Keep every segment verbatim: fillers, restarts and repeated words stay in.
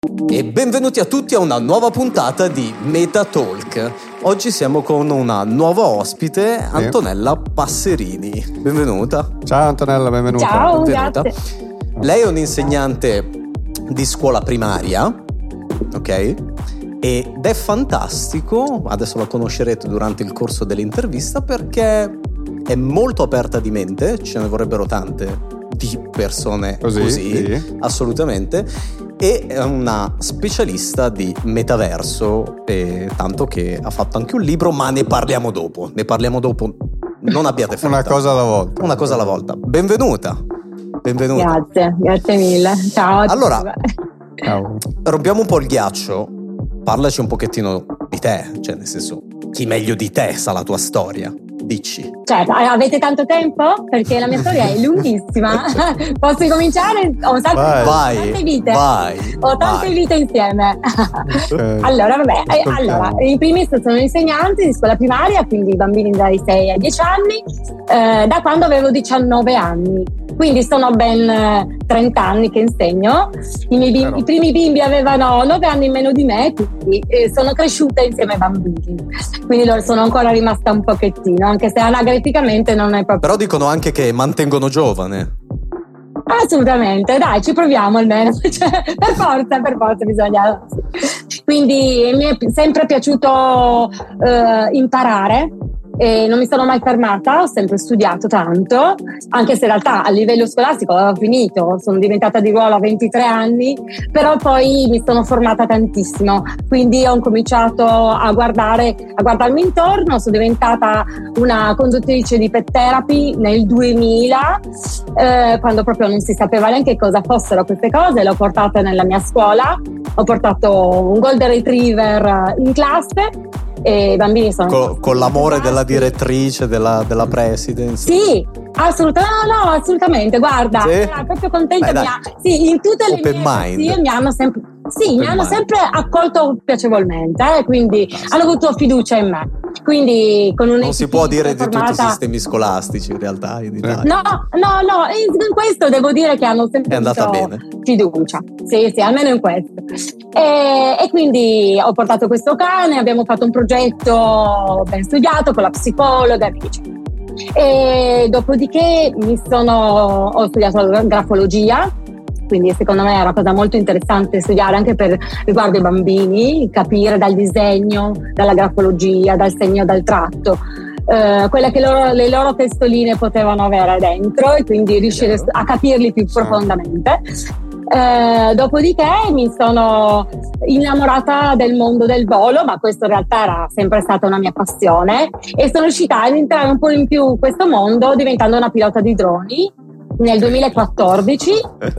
E benvenuti a tutti a una nuova puntata di Meta Talk. Oggi siamo con una nuova ospite, Antonella Passerini. Benvenuta. Ciao Antonella, benvenuta. Ciao, benvenuta. grazie. Lei è un'insegnante di scuola primaria, ok? Ed è fantastico, adesso la conoscerete durante il corso dell'intervista, perché è molto aperta di mente, ce ne vorrebbero tante di persone così, così sì. Assolutamente. E è una specialista di metaverso, e tanto che ha fatto anche un libro, ma ne parliamo dopo. Ne parliamo dopo. Non abbiate fretta. Una cosa alla volta. Una cosa alla volta. Benvenuta. Benvenuta. Grazie, grazie mille. Ciao. Allora, Ciao. rompiamo un po' il ghiaccio. Parlaci un pochettino di te, cioè nel senso, chi meglio di te sa la tua storia? Dici. Certo, avete tanto tempo? Perché la mia storia è lunghissima. Posso cominciare? Ho tante, vai, tante vite. Vai, Ho tante vai. vite insieme. Okay. Allora, vabbè, eh, allora, in primis sono insegnante di scuola primaria, quindi bambini dai sei ai dieci anni, eh, da quando avevo diciannove anni. Quindi sono ben eh, trenta anni che insegno. I, miei bimbi, I primi bimbi avevano nove anni in meno di me, quindi eh, sono cresciuta insieme ai bambini. Quindi loro sono ancora rimasta un pochettino, anche se anagraficamente non è proprio. Però dicono anche che mantengono giovane. Assolutamente, dai, ci proviamo almeno. Cioè, per forza, per forza bisogna. Quindi mi è sempre piaciuto eh, imparare. E non mi sono mai fermata, ho sempre studiato tanto, anche se in realtà a livello scolastico avevo finito, sono diventata di ruolo a ventitré anni, però poi mi sono formata tantissimo, quindi ho cominciato a guardare, a guardarmi intorno, sono diventata una conduttrice di pet therapy nel duemila, eh, quando proprio non si sapeva neanche cosa fossero queste cose, l'ho portata nella mia scuola, ho portato un golden retriever in classe, e i bambini sono con, con l'amore della direttrice, della, della presidenza. Sì, assolutamente, no, no, assolutamente, guarda, sì? Era proprio contenta. Beh, mi ha, sì, in tutte le Open mie mind. sì, mi hanno sempre sì, Open mi hanno mind. sempre accolto piacevolmente, eh, quindi Fantastico. hanno avuto fiducia in me. Quindi con un non si può dire di tutti i sistemi scolastici in realtà in Italia. No, no, no, in questo devo dire che hanno sempre è andata bene. Fiducia. Sì, sì, almeno in questo. E, e quindi ho portato questo cane, abbiamo fatto un progetto ben studiato con la psicologa e via. E dopodiché mi sono ho studiato la grafologia, quindi secondo me è una cosa molto interessante studiare anche per riguardo ai bambini, capire dal disegno, dalla grafologia, dal segno, dal tratto, eh, quelle che loro, le loro testoline potevano avere dentro, e quindi riuscire a capirli più profondamente. Eh, dopodiché mi sono innamorata del mondo del volo, ma questo in realtà era sempre stata una mia passione, e sono riuscita ad entrare un po' in più in questo mondo diventando una pilota di droni nel duemilaquattordici.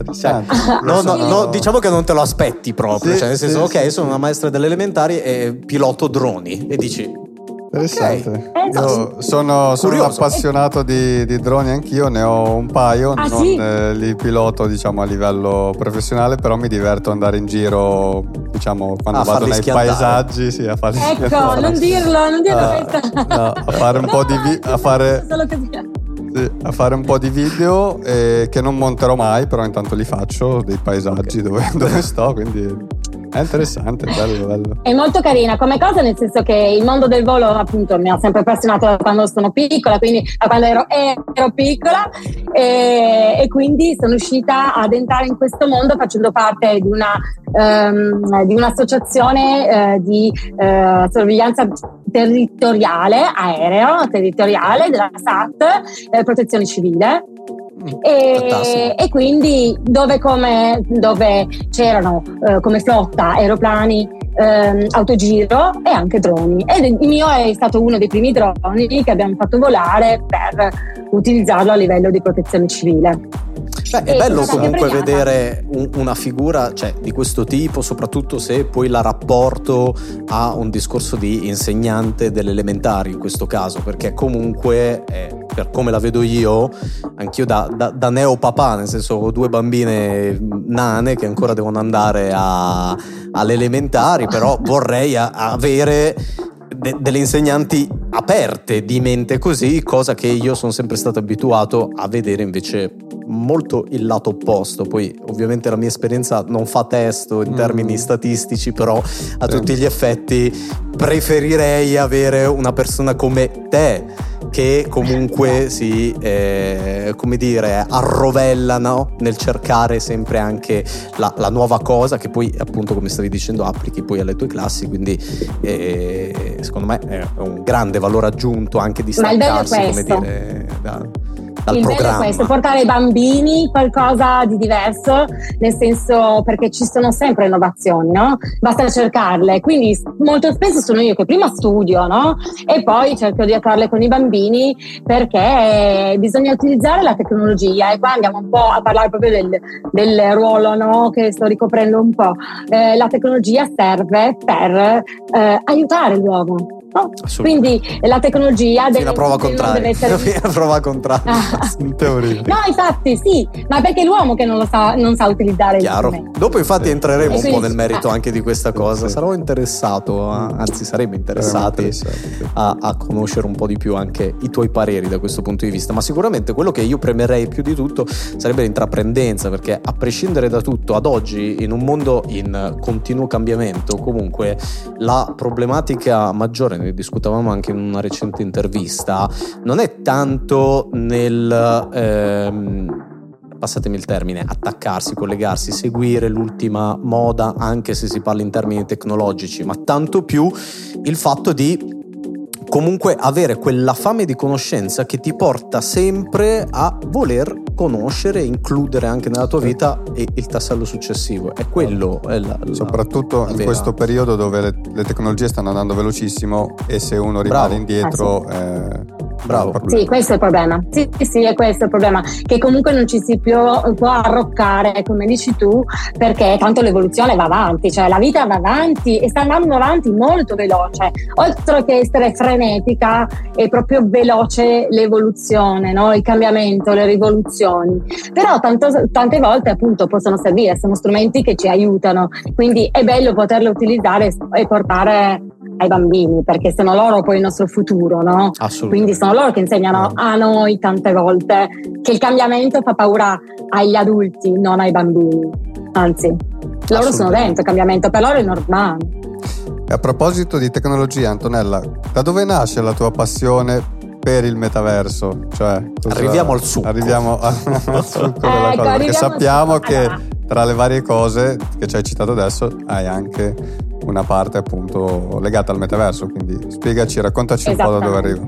no, no, no, diciamo che non te lo aspetti proprio, sì, cioè nel senso sì, ok, sì. sono una maestra delle elementari e piloto droni, e dici interessante. Okay. Io sono, sono un appassionato di, di droni anch'io, ne ho un paio, ah, non sì? eh, li piloto diciamo a livello professionale, però mi diverto andare in giro diciamo quando a vado nei schiantare. paesaggi, sì, a farli ecco, schiantare. non dirlo, non dirlo Ah, questo. no, a fare un no, po' di vi- a fare solo così. Sì, a fare un po' di video eh, che non monterò mai, però intanto li faccio, dei paesaggi okay. dove, dove sto, quindi è interessante, bello, bello. È molto carina come cosa, nel senso che il mondo del volo appunto mi ha sempre appassionato da quando sono piccola, quindi da quando ero, ero piccola, e, e quindi sono riuscita ad entrare in questo mondo facendo parte di una um, di un'associazione uh, di uh, sorveglianza territoriale, aereo, territoriale della S A T, eh, protezione civile. E, e quindi dove, come, dove c'erano eh, come flotta aeroplani, ehm, autogiro e anche droni, ed il mio è stato uno dei primi droni che abbiamo fatto volare per utilizzarlo a livello di protezione civile. Beh, è bello comunque vedere un, una figura, cioè, di questo tipo, soprattutto se poi la rapporto a un discorso di insegnante delle elementari in questo caso, perché comunque eh, per come la vedo io, anch'io da, da, da neopapà, nel senso ho due bambine nane che ancora devono andare a, alle elementari, però vorrei a, avere de, delle insegnanti aperte di mente così, cosa che io sono sempre stato abituato a vedere invece molto il lato opposto. Poi ovviamente la mia esperienza non fa testo in termini mm. statistici, però a sì. tutti gli effetti preferirei avere una persona come te che comunque si eh, come dire arrovella, no? Nel cercare sempre anche la, la nuova cosa che poi appunto, come stavi dicendo, applichi poi alle tue classi, quindi eh, secondo me è un grande valore aggiunto anche di staccarsi, come dire, da, dal il programma. Bello è questo, portare ai bambini qualcosa di diverso, nel senso, perché ci sono sempre innovazioni, no? Basta cercarle, quindi molto spesso sono io che prima studio, no? E poi cerco di attuarle con i bambini, perché bisogna utilizzare la tecnologia, e qua andiamo un po' a parlare proprio del, del ruolo, no? Che sto ricoprendo un po'. Eh, la tecnologia serve per eh, aiutare l'uomo. Oh, quindi la tecnologia deve, la prova contraria deve essere la prova contraria in teoria. No, infatti sì, ma perché è l'uomo che non lo sa, non sa utilizzare. Chiaro. Dopo infatti entreremo e un quindi, po' nel merito eh. anche di questa cosa. Sì. Sarò interessato a, anzi saremmo interessati a, a conoscere un po' di più anche i tuoi pareri da questo punto di vista. Ma sicuramente quello che io premerei più di tutto sarebbe l'intraprendenza, perché a prescindere da tutto, ad oggi, in un mondo in continuo cambiamento, comunque la problematica maggiore, ne discutavamo anche in una recente intervista, non è tanto nel ehm, passatemi il termine, attaccarsi, collegarsi, seguire l'ultima moda, anche se si parla in termini tecnologici, ma tanto più il fatto di comunque avere quella fame di conoscenza che ti porta sempre a voler conoscere e includere anche nella tua vita il tassello successivo. È quello è la, la, soprattutto la in vera... questo periodo dove le, le tecnologie stanno andando velocissimo, e se uno rimane Bravo. indietro ah, sì. eh, Bravo. Sì, questo è il problema. Sì, sì, è questo il problema, che comunque non ci si può, può arroccare, come dici tu, perché tanto l'evoluzione va avanti, cioè la vita va avanti e sta andando avanti molto veloce. Oltre che essere frenetica, è proprio veloce l'evoluzione, no? Il cambiamento, le rivoluzioni. Però tanto, tante volte appunto possono servire, sono strumenti che ci aiutano, quindi è bello poterli utilizzare e portare ai bambini, perché sono loro poi il nostro futuro, no? Quindi sono loro che insegnano a noi tante volte che il cambiamento fa paura agli adulti, non ai bambini, anzi loro sono dentro il cambiamento, per loro è normale. E a proposito di tecnologia, Antonella, da dove nasce la tua passione per il metaverso? Cioè, cosa... arriviamo al succo arriviamo al succo della ecco, cosa, perché sappiamo che allora, tra le varie cose che ci hai citato adesso hai anche una parte appunto legata al metaverso, quindi spiegaci, raccontaci un po' da dove arriva.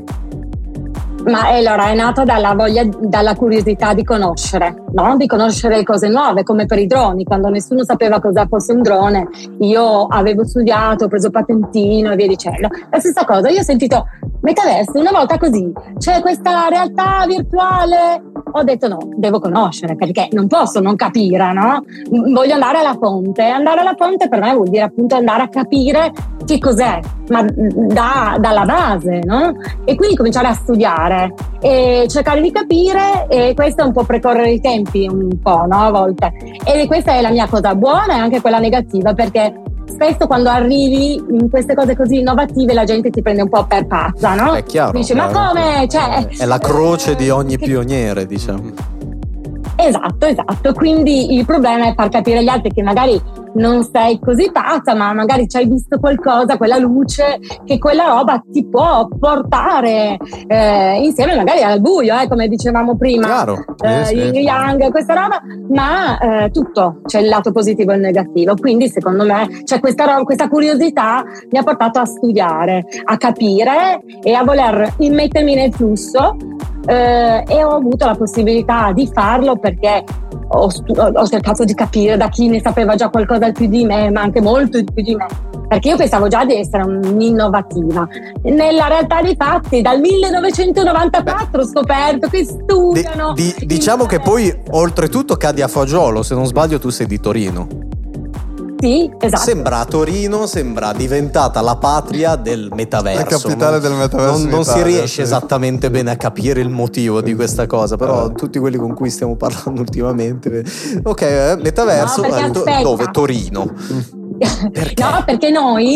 Ma allora è nato dalla voglia, dalla curiosità di conoscere, no? Di conoscere cose nuove, come per i droni. Quando nessuno sapeva cosa fosse un drone, io avevo studiato, ho preso patentino e via dicendo. La stessa cosa, io ho sentito metaverso una volta così, c'è questa realtà virtuale, ho detto no, devo conoscere, perché non posso non capire, no? Voglio andare alla fonte. Andare alla fonte per me vuol dire appunto andare a capire che cos'è, ma da, dalla base, no? E quindi cominciare a studiare e cercare di capire, e questo è un po' precorrere i tempi un po', no? A volte. E questa è la mia cosa buona e anche quella negativa, perché spesso quando arrivi in queste cose così innovative la gente ti prende un po' per pazza, no? È chiaro. Dice, chiaro. ma come? Cioè, è la croce eh, di ogni che... pioniere, diciamo. Esatto, esatto. Quindi il problema è far capire agli altri che magari non sei così pazza, ma magari ci hai visto qualcosa, quella luce, che quella roba ti può portare eh, insieme magari al buio, eh, come dicevamo prima, Chiaro. eh, sì, yin sì. yang, questa roba, ma eh, tutto, c'è il lato positivo e il negativo. Quindi secondo me cioè, questa, roba, questa curiosità mi ha portato a studiare, a capire e a voler immettermi nel flusso. Eh, e ho avuto la possibilità di farlo perché ho, stu- ho cercato di capire da chi ne sapeva già qualcosa più di me, ma anche molto più di me, perché io pensavo già di essere un'innovativa. Nella realtà dei fatti dal millenovecentonovantaquattro ho scoperto che studiano di, di, diciamo che poi oltretutto cadi a fagiolo, se non sbaglio tu sei di Torino. Sì, esatto. Sembra Torino, sembra diventata la patria del metaverso. La capitale no? del metaverso. Non, non Italia, si riesce sì. esattamente bene a capire il motivo di questa cosa, però eh. tutti quelli con cui stiamo parlando ultimamente. Ok, eh, metaverso, No, perché eh, do- aspetta. dove? Torino. Perché? No, perché noi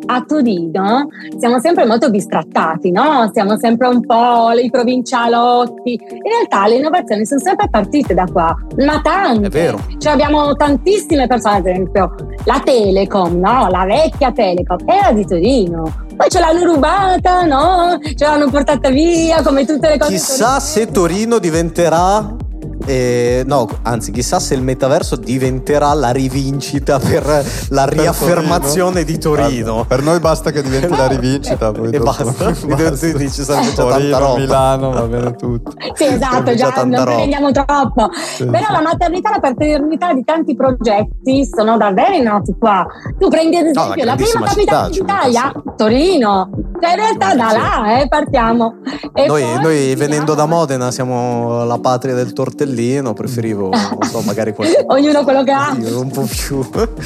a Torino siamo sempre molto bistrattati, no? Siamo sempre un po' i provincialotti. In realtà le innovazioni sono sempre partite da qua, ma tante. È vero. Cioè abbiamo tantissime persone, ad esempio la Telecom, no? La vecchia Telecom era di Torino. Poi ce l'hanno rubata, no? Ce l'hanno portata via, come tutte le cose. Chissà se Torino diventerà Eh, no, anzi, chissà se il metaverso diventerà la rivincita per la riaffermazione di Torino. Per noi basta che diventi la rivincita, poi e dopo, basta. basta. Dici sempre Torino, tanta roba. Milano, va bene tutto. Sì, esatto, già, già non prendiamo troppo. Sì, Però sì. la maternità e la paternità di tanti progetti sono davvero nati qua. Tu prendi ad esempio No, la la prima grandissima capitale città, d'Italia, cioè, Torino. Cioè in realtà Eh, da sì. là eh, partiamo. E Noi, poi noi venendo da finiamo. Modena siamo la patria del tortellino, preferivo, non so, magari qualche Ognuno quello che ha. Io un po' più.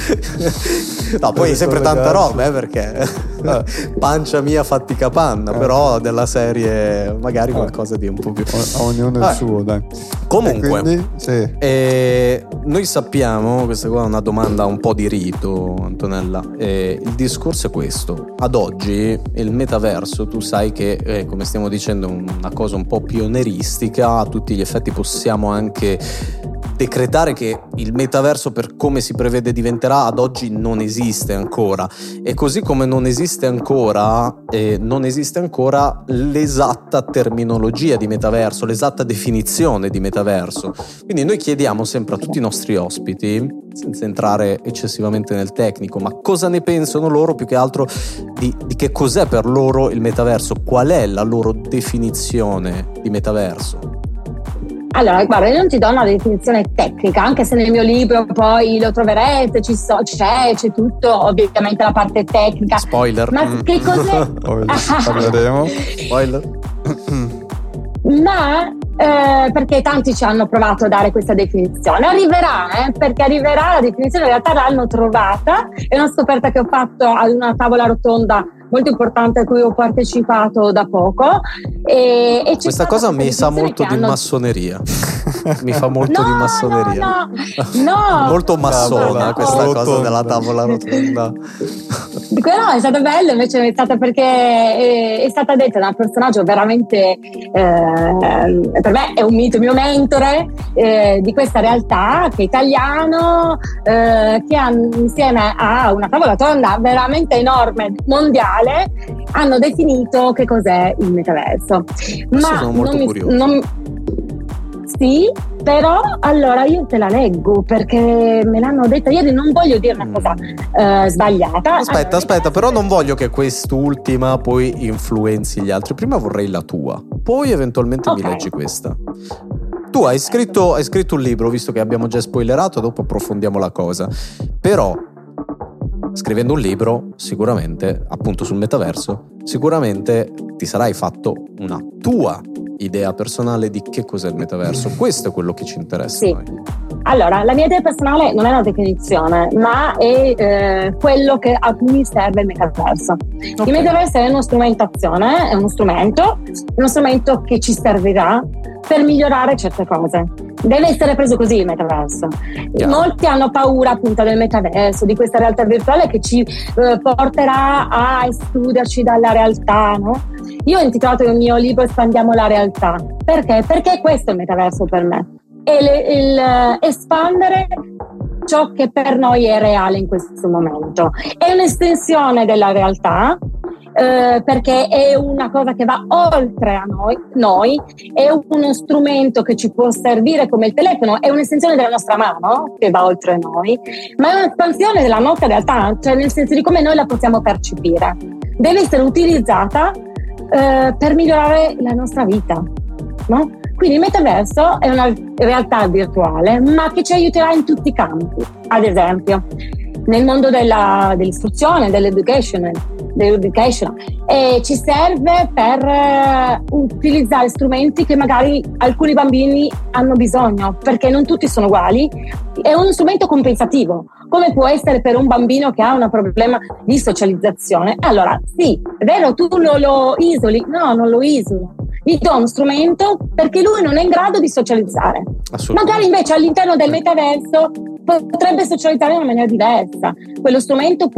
No, poi sempre tanta roba, eh, perché pancia mia fatti capanna, però della serie magari qualcosa di un po' più. A ognuno il Vabbè. suo, dai. Comunque, E quindi, sì. eh, noi sappiamo, questa qua è una domanda un po' di rito, Antonella, eh, il discorso è questo: ad oggi il metaverso, tu sai che eh, come stiamo dicendo è una cosa un po' pionieristica, a tutti gli effetti possiamo anche decretare che il metaverso, per come si prevede diventerà, ad oggi non esiste ancora, e così come non esiste ancora eh, non esiste ancora l'esatta terminologia di metaverso, l'esatta definizione di metaverso. Quindi noi chiediamo sempre a tutti i nostri ospiti, senza entrare eccessivamente nel tecnico, ma cosa ne pensano loro, più che altro di, di che cos'è per loro il metaverso, qual è la loro definizione di metaverso. Allora, guarda, io non ti do una definizione tecnica, anche se nel mio libro poi lo troverete, ci so, c'è, c'è tutto, ovviamente la parte tecnica. Spoiler. Ma Mm. che cos'è? Poi parleremo. Spoiler. Ma eh, perché tanti ci hanno provato a dare questa definizione, arriverà, eh, perché arriverà la definizione, in realtà l'hanno trovata, è una scoperta che ho fatto ad una tavola rotonda molto importante a cui ho partecipato da poco, e, e c'è Questa stata cosa mi questa sa definizione molto che di hanno... massoneria. Mi fa molto No, di massoneria. no, no, no. Molto massona No, questa no. cosa della tavola rotonda. Quello è stato bello, invece è stata perché è, è stata detta da un personaggio veramente eh, per me è un mito, il mio mentore eh, di questa realtà, che è italiano, eh, che ha, insieme a una tavola tonda veramente enorme mondiale, hanno definito che cos'è il metaverso. Ma sono molto non mi, curioso. non, sì, però allora io te la leggo perché me l'hanno detta ieri, non voglio dire una cosa eh, sbagliata. Aspetta, Allora, aspetta, però non voglio che quest'ultima poi influenzi gli altri. Prima vorrei la tua, poi eventualmente Ok. mi leggi questa. Tu hai scritto, hai scritto un libro, visto che abbiamo già spoilerato, dopo approfondiamo la cosa. Però, scrivendo un libro, sicuramente, appunto sul metaverso, sicuramente ti sarai fatto una tua idea personale di che cos'è il metaverso. Questo è quello che ci interessa. Sì. a noi. Allora, la mia idea personale non è una definizione, ma è eh, quello che a cui serve il metaverso. Ok. Il metaverso è uno strumentazione, è uno strumento, è uno strumento che ci servirà per migliorare certe cose. Deve essere preso così il metaverso. Chiaro. Molti hanno paura appunto del metaverso, di questa realtà virtuale che ci eh, porterà a escluderci dalla realtà, no? Io ho intitolato il mio libro Espandiamo la realtà. Perché? Perché questo è il metaverso per me. È le, il eh, espandere ciò che per noi è reale in questo momento. È un'estensione della realtà, eh, perché è una cosa che va oltre a noi, noi, è uno strumento che ci può servire come il telefono, è un'estensione della nostra mano che va oltre noi, ma è un'espansione della nostra realtà, cioè nel senso di come noi la possiamo percepire. Deve essere utilizzata eh, per migliorare la nostra vita, no? Quindi il metaverso è una realtà virtuale, ma che ci aiuterà in tutti i campi. Ad esempio, nel mondo della, dell'istruzione, dell'education, dell'education e ci serve per eh, utilizzare strumenti che magari alcuni bambini hanno bisogno, perché non tutti sono uguali. È uno strumento compensativo, come può essere per un bambino che ha un problema di socializzazione. Allora, sì, è vero, tu lo, lo isoli? No, non lo isolo. Gli do uno strumento perché lui non è in grado di socializzare. Magari invece all'interno del metaverso potrebbe socializzare in una maniera diversa. Quello strumento può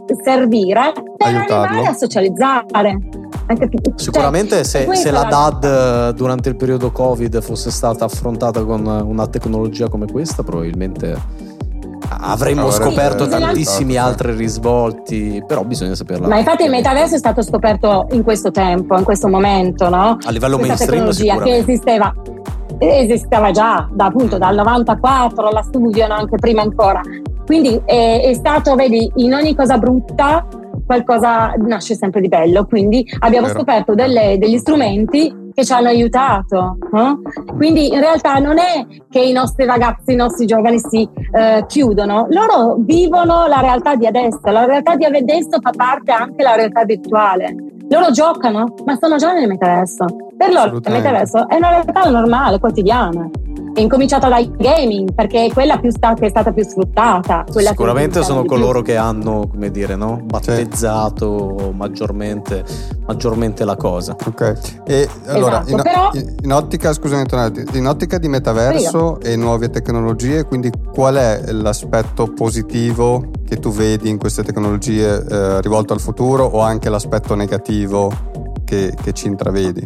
servire per Aiutarlo. arrivare a socializzare. Anche, Sicuramente cioè, se, se la la... D A D durante il periodo Covid fosse stata affrontata con una tecnologia come questa, probabilmente avremmo Avrebbe scoperto sì, tantissimi aiutato, altri risvolti, però bisogna saperla. Ma infatti il metaverso è stato scoperto in questo tempo, in questo momento, no? A livello Questa mainstream tecnologia che sicuramente esisteva esisteva già da appunto dal novantaquattro, la studiano anche prima ancora. Quindi è, è stato, vedi, in ogni cosa brutta qualcosa nasce sempre di bello, quindi abbiamo Vero. scoperto delle, degli strumenti che ci hanno aiutato, no? Quindi in realtà non è che i nostri ragazzi, i nostri giovani si eh, chiudono, loro vivono la realtà di adesso, la realtà di adesso fa parte anche della realtà virtuale. Loro giocano, ma sono già nel metaverso. Per loro il metaverso è una realtà normale, quotidiana. È incominciata dai gaming, perché è quella più sta- che è stata più sfruttata. Quella sicuramente che sono di coloro più. che hanno, come dire, no? battezzato maggiormente, maggiormente la cosa. Ok, e allora Esatto, in, però- in, in ottica, scusami Antonella, in ottica di metaverso e nuove tecnologie, quindi qual è l'aspetto positivo che tu vedi in queste tecnologie eh, rivolto al futuro, o anche l'aspetto negativo che, che ci intravedi?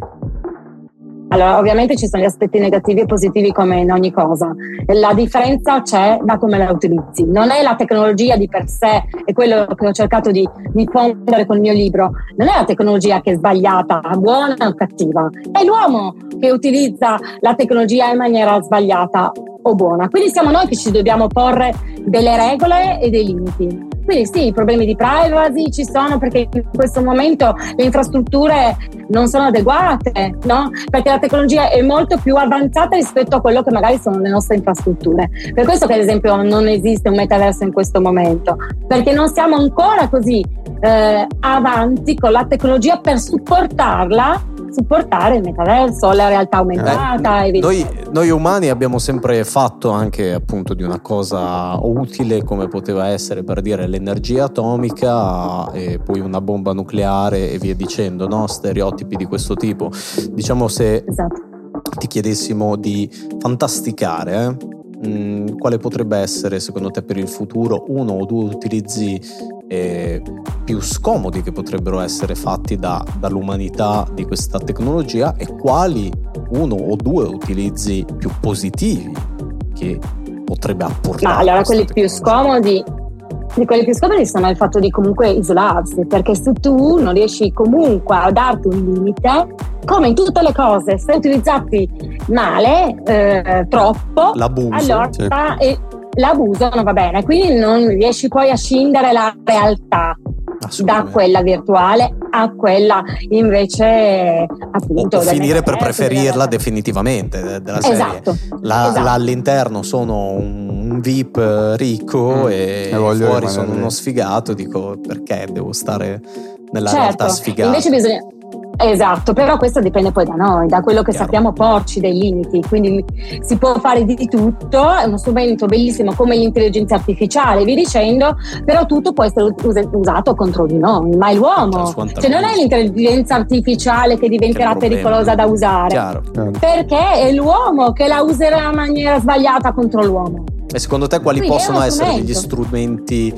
Allora, ovviamente ci sono gli aspetti negativi e positivi come in ogni cosa. La differenza c'è da come la utilizzi. Non è la tecnologia di per sé, è quello che ho cercato di diffondere col mio libro. Non è la tecnologia che è sbagliata, buona o cattiva. È l'uomo che utilizza la tecnologia in maniera sbagliata o buona. Quindi siamo noi che ci dobbiamo porre delle regole e dei limiti. Quindi sì, i problemi di privacy ci sono, perché in questo momento le infrastrutture non sono adeguate, no? Perché la tecnologia è molto più avanzata rispetto a quello che magari sono le nostre infrastrutture. Per questo che ad esempio non esiste un metaverso in questo momento, perché non siamo ancora così eh, avanti con la tecnologia per supportarla, supportare il metaverso, la realtà aumentata. Eh, e via noi, dicendo. noi umani abbiamo sempre fatto anche appunto di una cosa utile come poteva essere, per dire, l'energia atomica e poi una bomba nucleare e via dicendo, no? Stereotipi di questo tipo. Diciamo, se Esatto. ti chiedessimo di fantasticare, eh, mh, quale potrebbe essere secondo te per il futuro uno o due utilizzi eh, più scomodi che potrebbero essere fatti da, dall'umanità di questa tecnologia, e quali uno o due utilizzi più positivi che potrebbe apportare? Ma allora quelli più tecnologia? scomodi di quelli più scomodi sono il fatto di comunque isolarsi, perché se tu non riesci comunque a darti un limite, come in tutte le cose, se utilizzati male, eh, troppo, L'abuso, allora sì. e l'abuso non va bene, quindi non riesci poi a scindere la realtà da Assolutamente. quella virtuale a quella invece appunto o, o del finire per metaverso, preferirla della- definitivamente de- della serie. Esatto, Là, esatto. là all'interno sono un V I P ricco Mm. e, E voglio fuori rimanere sono lì. uno sfigato, dico perché devo stare nella Certo, realtà sfigata. invece bisogna. Esatto, però questo dipende poi da noi, da quello che Chiaro. sappiamo porci dei limiti, quindi si può fare di tutto, è uno strumento bellissimo come l'intelligenza artificiale, vi dicendo, però tutto può essere us- usato contro di noi, ma è l'uomo, cioè non è l'intelligenza artificiale che diventerà Che problema. pericolosa da usare, Chiaro. perché è l'uomo che la userà in maniera sbagliata contro l'uomo. E secondo te quali Quindi è possono uno essere strumento. degli strumenti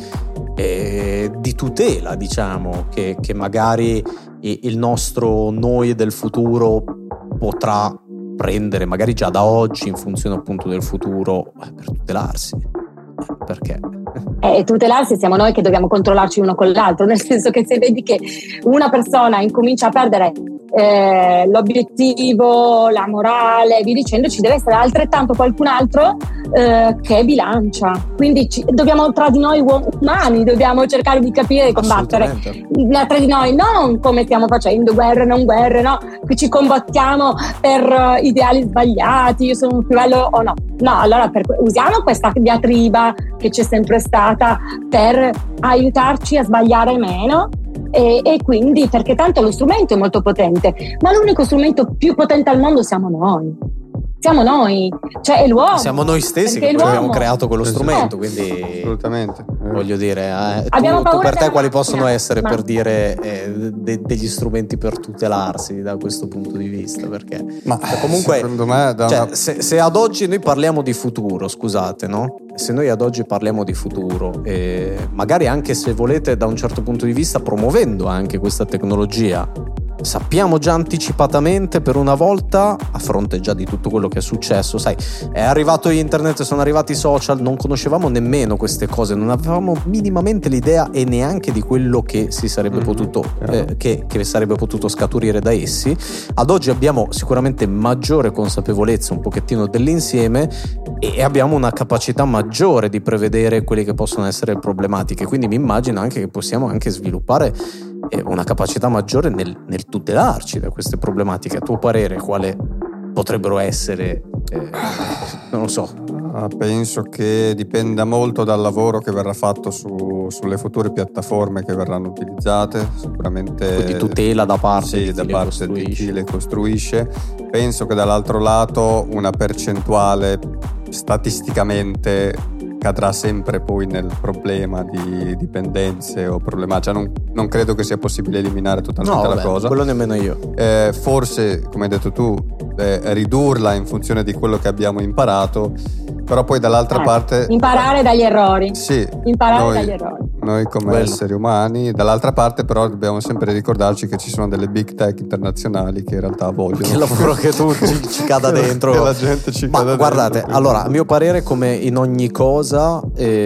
eh, di tutela, diciamo, che, che magari i- il nostro noi del futuro potrà prendere, magari già da oggi, in funzione appunto del futuro, eh, per tutelarsi? Eh, Perché? E tutelarsi siamo noi che dobbiamo controllarci uno con l'altro, nel senso che se vedi che una persona incomincia a perdere eh, l'obiettivo, la morale, vi dicendo, ci deve essere altrettanto qualcun altro eh, che bilancia. Quindi ci, dobbiamo tra di noi uom- umani dobbiamo cercare di capire e combattere Assolutamente. tra di noi, non come stiamo facendo guerre, non guerre, no? Qui ci combattiamo per uh, ideali sbagliati, io sono più bello o no. No, allora per, usiamo questa diatriba che c'è sempre stata per aiutarci a sbagliare meno. E, e quindi, perché tanto lo strumento è molto potente, ma l'unico strumento più potente al mondo siamo noi. siamo noi, cioè è l'uomo. Siamo noi stessi che abbiamo creato quello strumento, quindi assolutamente. Voglio dire, eh, abbiamo tu, tu per te quali possono macchina, essere ma... per dire eh, de- degli strumenti per tutelarsi da questo punto di vista? Perché ma cioè, comunque secondo me da cioè, una... se, se ad oggi noi parliamo di futuro, scusate, no? Se noi ad oggi parliamo di futuro, eh, magari anche se volete da un certo punto di vista promuovendo anche questa tecnologia, sappiamo già anticipatamente per una volta, a fronte già di tutto quello che è successo, sai, è arrivato internet, sono arrivati i social, non conoscevamo nemmeno queste cose, non avevamo minimamente l'idea e neanche di quello che si sarebbe mm-hmm. potuto eh, che, che sarebbe potuto scaturire da essi. Ad oggi abbiamo sicuramente maggiore consapevolezza un pochettino dell'insieme e abbiamo una capacità maggiore di prevedere quelle che possono essere le problematiche, quindi mi immagino anche che possiamo anche sviluppare una capacità maggiore nel, nel tutelarci da queste problematiche. A tuo parere quale potrebbero essere? Eh, non lo so. Penso che dipenda molto dal lavoro che verrà fatto su, sulle future piattaforme che verranno utilizzate, sicuramente di tutela da parte, sì, di, da chi parte di chi le costruisce. Penso che dall'altro lato una percentuale statisticamente cadrà sempre poi nel problema di dipendenze o problematiche, cioè non, non credo che sia possibile eliminare totalmente no, la vabbè, cosa. Quello nemmeno io. Eh, forse, come hai detto tu, eh, ridurla in funzione di quello che abbiamo imparato, però poi dall'altra eh, parte imparare dagli errori. Sì, imparare noi, dagli errori. Noi come Quello. esseri umani, dall'altra parte però dobbiamo sempre ricordarci che ci sono delle big tech internazionali che in realtà vogliono che lavoro che tu ci, ci cada dentro, che la gente ci ma cada guardate, dentro, allora a mio parere, come in ogni cosa,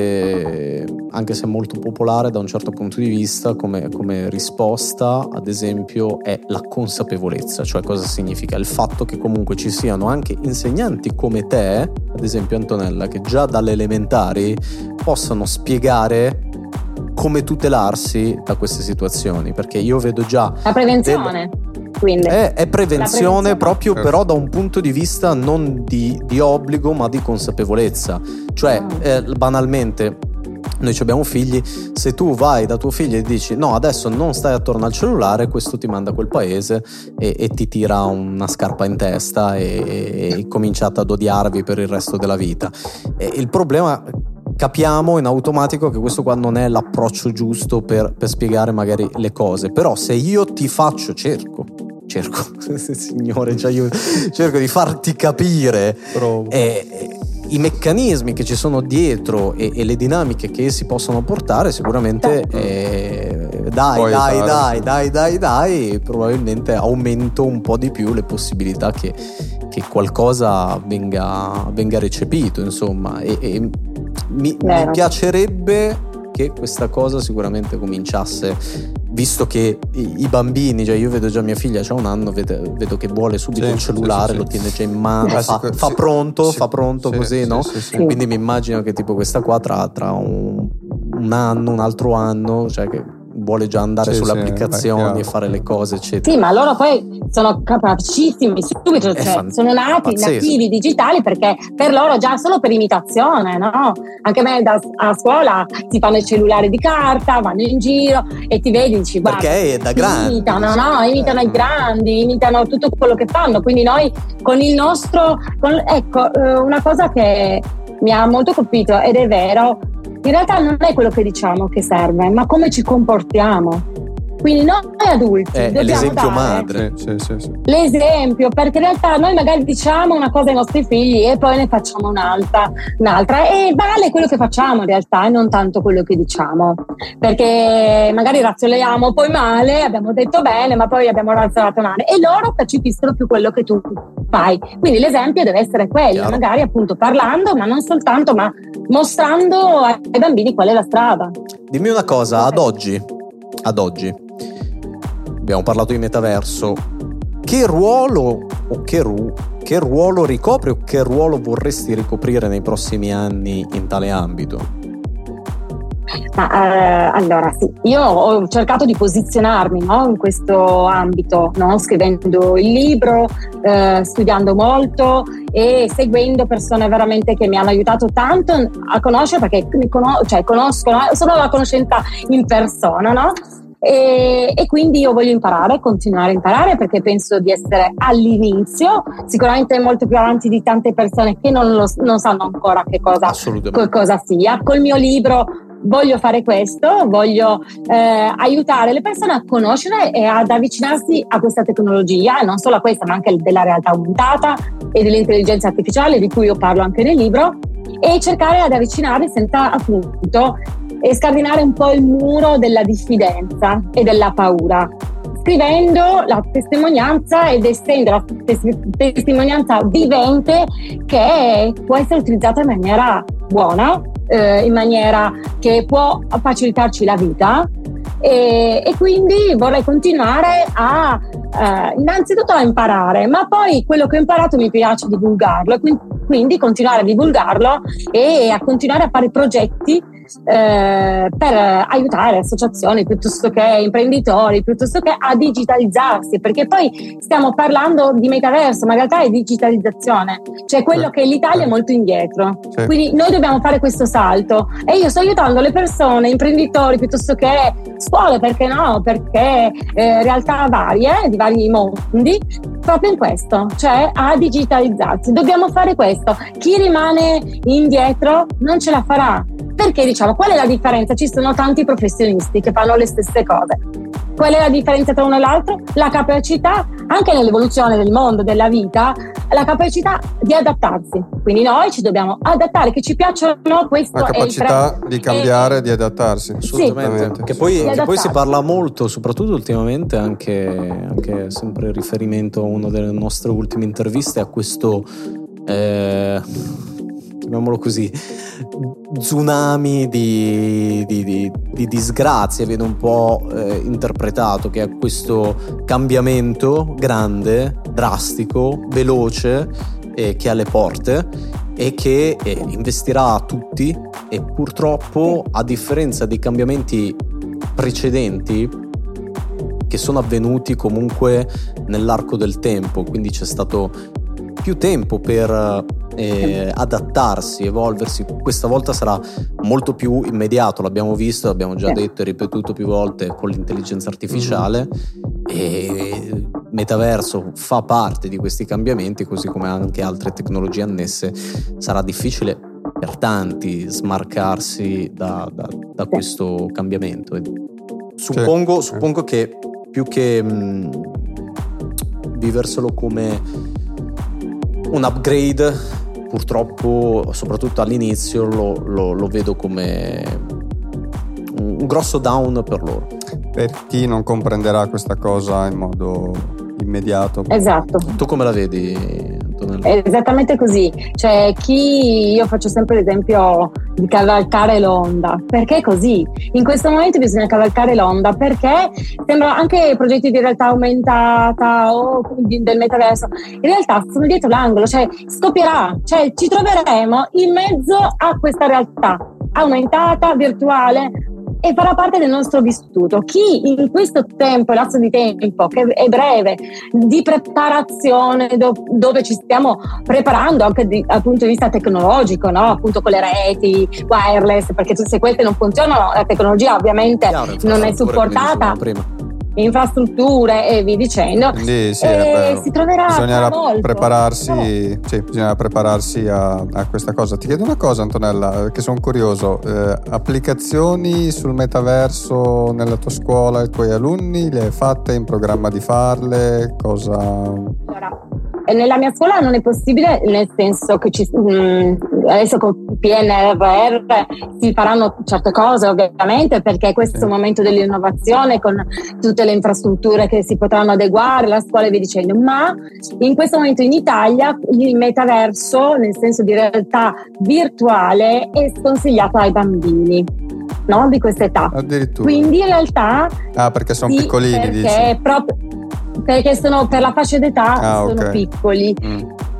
eh, anche se è molto popolare da un certo punto di vista, come, come risposta ad esempio è la consapevolezza. Cioè cosa significa? Il fatto che comunque ci siano anche insegnanti come te, ad esempio Antonella, che già dalle elementari possano spiegare come tutelarsi da queste situazioni, perché io vedo già la prevenzione del... quindi è, è prevenzione, prevenzione proprio certo. Però da un punto di vista non di, di obbligo ma di consapevolezza, cioè oh. eh, banalmente noi abbiamo figli, se tu vai da tuo figlio e dici no adesso non stai attorno al cellulare, questo ti manda a quel paese e, e ti tira una scarpa in testa e, e cominciate ad odiarvi per il resto della vita. E il problema, capiamo in automatico che questo qua non è l'approccio giusto per, per spiegare magari le cose, però se io ti faccio cerco cerco signore cioè io cerco di farti capire eh, i meccanismi che ci sono dietro e, e le dinamiche che essi possono portare, sicuramente eh, dai, Puoi dai, fare. dai, dai, dai, dai, probabilmente aumento un po' di più le possibilità che, che qualcosa venga, venga recepito, insomma, e, e mi, mi piacerebbe che questa cosa sicuramente cominciasse, visto che i, i bambini, cioè io vedo già mia figlia c'ha un anno, vedo, vedo che vuole subito sì, il cellulare, sì, sì, lo tiene già in mano, sì. fa, Sì, fa sì, pronto, sì, fa pronto sì, così, sì, no? Sì, sì. Quindi mi immagino che tipo questa qua tra, tra un, un anno, un altro anno, cioè che vuole già andare sì, sulle sì, applicazioni beh, e fare le cose, eccetera. Sì, ma loro poi sono capacissimi subito, cioè, fan- sono nati nativi digitali, perché per loro già solo per imitazione, no? Anche a me da, a scuola si fanno i cellulari di carta, vanno in giro e ti vedi, dici, guarda, perché è da grandi, imitano, no? Imitano i grandi, imitano tutto quello che fanno, quindi noi con il nostro, con, ecco, una cosa che mi ha molto colpito ed è vero, in realtà non è quello che diciamo che serve, ma come ci comportiamo. Quindi noi adulti è, dobbiamo è l'esempio dare madre. Sì, sì, sì. l'esempio, perché in realtà noi magari diciamo una cosa ai nostri figli e poi ne facciamo un'altra, un'altra e vale quello che facciamo in realtà e non tanto quello che diciamo, perché magari razzoliamo poi male, abbiamo detto bene ma poi abbiamo razzolato male e loro percepiscono più quello che tu fai, quindi l'esempio deve essere quello. Chiaro. Magari appunto parlando, ma non soltanto, ma mostrando ai bambini qual è la strada. Dimmi una cosa, ad oggi ad oggi abbiamo parlato di metaverso, che ruolo o che, ru, che ruolo ricopri o che ruolo vorresti ricoprire nei prossimi anni in tale ambito? Ma, eh, allora sì, io ho cercato di posizionarmi, no, in questo ambito, no? Scrivendo il libro, eh, studiando molto e seguendo persone veramente che mi hanno aiutato tanto a conoscere, perché mi conos- cioè, conosco, no? Solo la conoscenza in persona, no? E, e quindi io voglio imparare, continuare a imparare, perché penso di essere all'inizio, sicuramente molto più avanti di tante persone che non, lo, non sanno ancora che cosa, che cosa sia. Col mio libro voglio fare questo, voglio eh, aiutare le persone a conoscere e ad avvicinarsi a questa tecnologia, e non solo a questa ma anche della realtà aumentata e dell'intelligenza artificiale, di cui io parlo anche nel libro, e cercare ad avvicinare senza appunto e scardinare un po' il muro della diffidenza e della paura, scrivendo la testimonianza ed essendo la tes- testimonianza vivente che può essere utilizzata in maniera buona, eh, in maniera che può facilitarci la vita, e, e quindi vorrei continuare a eh, innanzitutto a imparare, ma poi quello che ho imparato mi piace divulgarlo, quindi, quindi continuare a divulgarlo e a continuare a fare progetti Eh, per aiutare associazioni piuttosto che imprenditori, piuttosto che a digitalizzarsi, perché poi stiamo parlando di metaverso, ma in realtà è digitalizzazione, cioè quello che l'Italia è molto indietro, sì. Quindi noi dobbiamo fare questo salto, e io sto aiutando le persone, imprenditori piuttosto che scuole, perché no, perché eh, realtà varie, di vari mondi, proprio in questo, cioè a digitalizzarsi. Dobbiamo fare questo. Chi rimane indietro non ce la farà. Perché diciamo, qual è la differenza? Ci sono tanti professionisti che fanno le stesse cose. Qual è la differenza tra uno e l'altro? La capacità, anche nell'evoluzione del mondo, della vita, la capacità di adattarsi. Quindi noi ci dobbiamo adattare, che ci piacciono questo. La capacità è il di cambiare, e di adattarsi. Assolutamente. Sì. Che poi, che poi si parla molto, soprattutto ultimamente, anche, anche sempre in riferimento a una delle nostre ultime interviste, a questo eh, chiamiamolo così, tsunami di, di, di, di disgrazie, vedo un po' eh, interpretato, che è questo cambiamento grande, drastico, veloce, eh, che ha le porte e che eh, investirà a tutti, e purtroppo, a differenza dei cambiamenti precedenti che sono avvenuti comunque nell'arco del tempo, quindi c'è stato più tempo per eh, adattarsi, evolversi. Questa volta sarà molto più immediato, l'abbiamo visto, l'abbiamo già detto e ripetuto più volte con l'intelligenza artificiale, mm-hmm. e metaverso fa parte di questi cambiamenti, così come anche altre tecnologie annesse. Sarà difficile per tanti smarcarsi da, da, da questo cambiamento. E suppongo, sì. suppongo che più che mh, viverselo come un upgrade, purtroppo, soprattutto all'inizio, lo, lo, lo vedo come un, un grosso down per loro. Per chi non comprenderà questa cosa in modo immediato. Esatto. Tu come la vedi, Antonella? È esattamente così. Cioè, chi io faccio sempre l'esempio di cavalcare l'onda. Perché è così? In questo momento bisogna cavalcare l'onda, perché sembra anche progetti di realtà aumentata o del metaverso, in realtà sono dietro l'angolo, cioè scoppierà, cioè ci troveremo in mezzo a questa realtà aumentata, virtuale, e farà parte del nostro vissuto. Chi in questo tempo, lasso di tempo che è breve, di preparazione, do, dove ci stiamo preparando anche di, dal punto di vista tecnologico, no? Appunto con le reti wireless, perché se queste non funzionano, la tecnologia ovviamente Chiaro, non è supportata. Infrastrutture e via dicendo. Quindi, sì, e si troverà bisognerà molto. prepararsi sì, bisogna prepararsi a, a questa cosa. Ti chiedo una cosa, Antonella, che sono curioso, eh, applicazioni sul metaverso nella tua scuola, i tuoi alunni le hai fatte, in programma di farle, cosa? Allora, nella mia scuola non è possibile, nel senso che ci, mh, adesso con P N R R si faranno certe cose ovviamente, perché questo sì. è il momento dell'innovazione, con tutte le infrastrutture che si potranno adeguare, la scuola e via dicendo, ma in questo momento in Italia il metaverso, nel senso di realtà virtuale, è sconsigliato ai bambini, no? Di questa età. Addirittura. Quindi in realtà ah perché sono sì, piccolini, perché dici? proprio perché sono per la fascia d'età ah, sono okay. piccoli mm.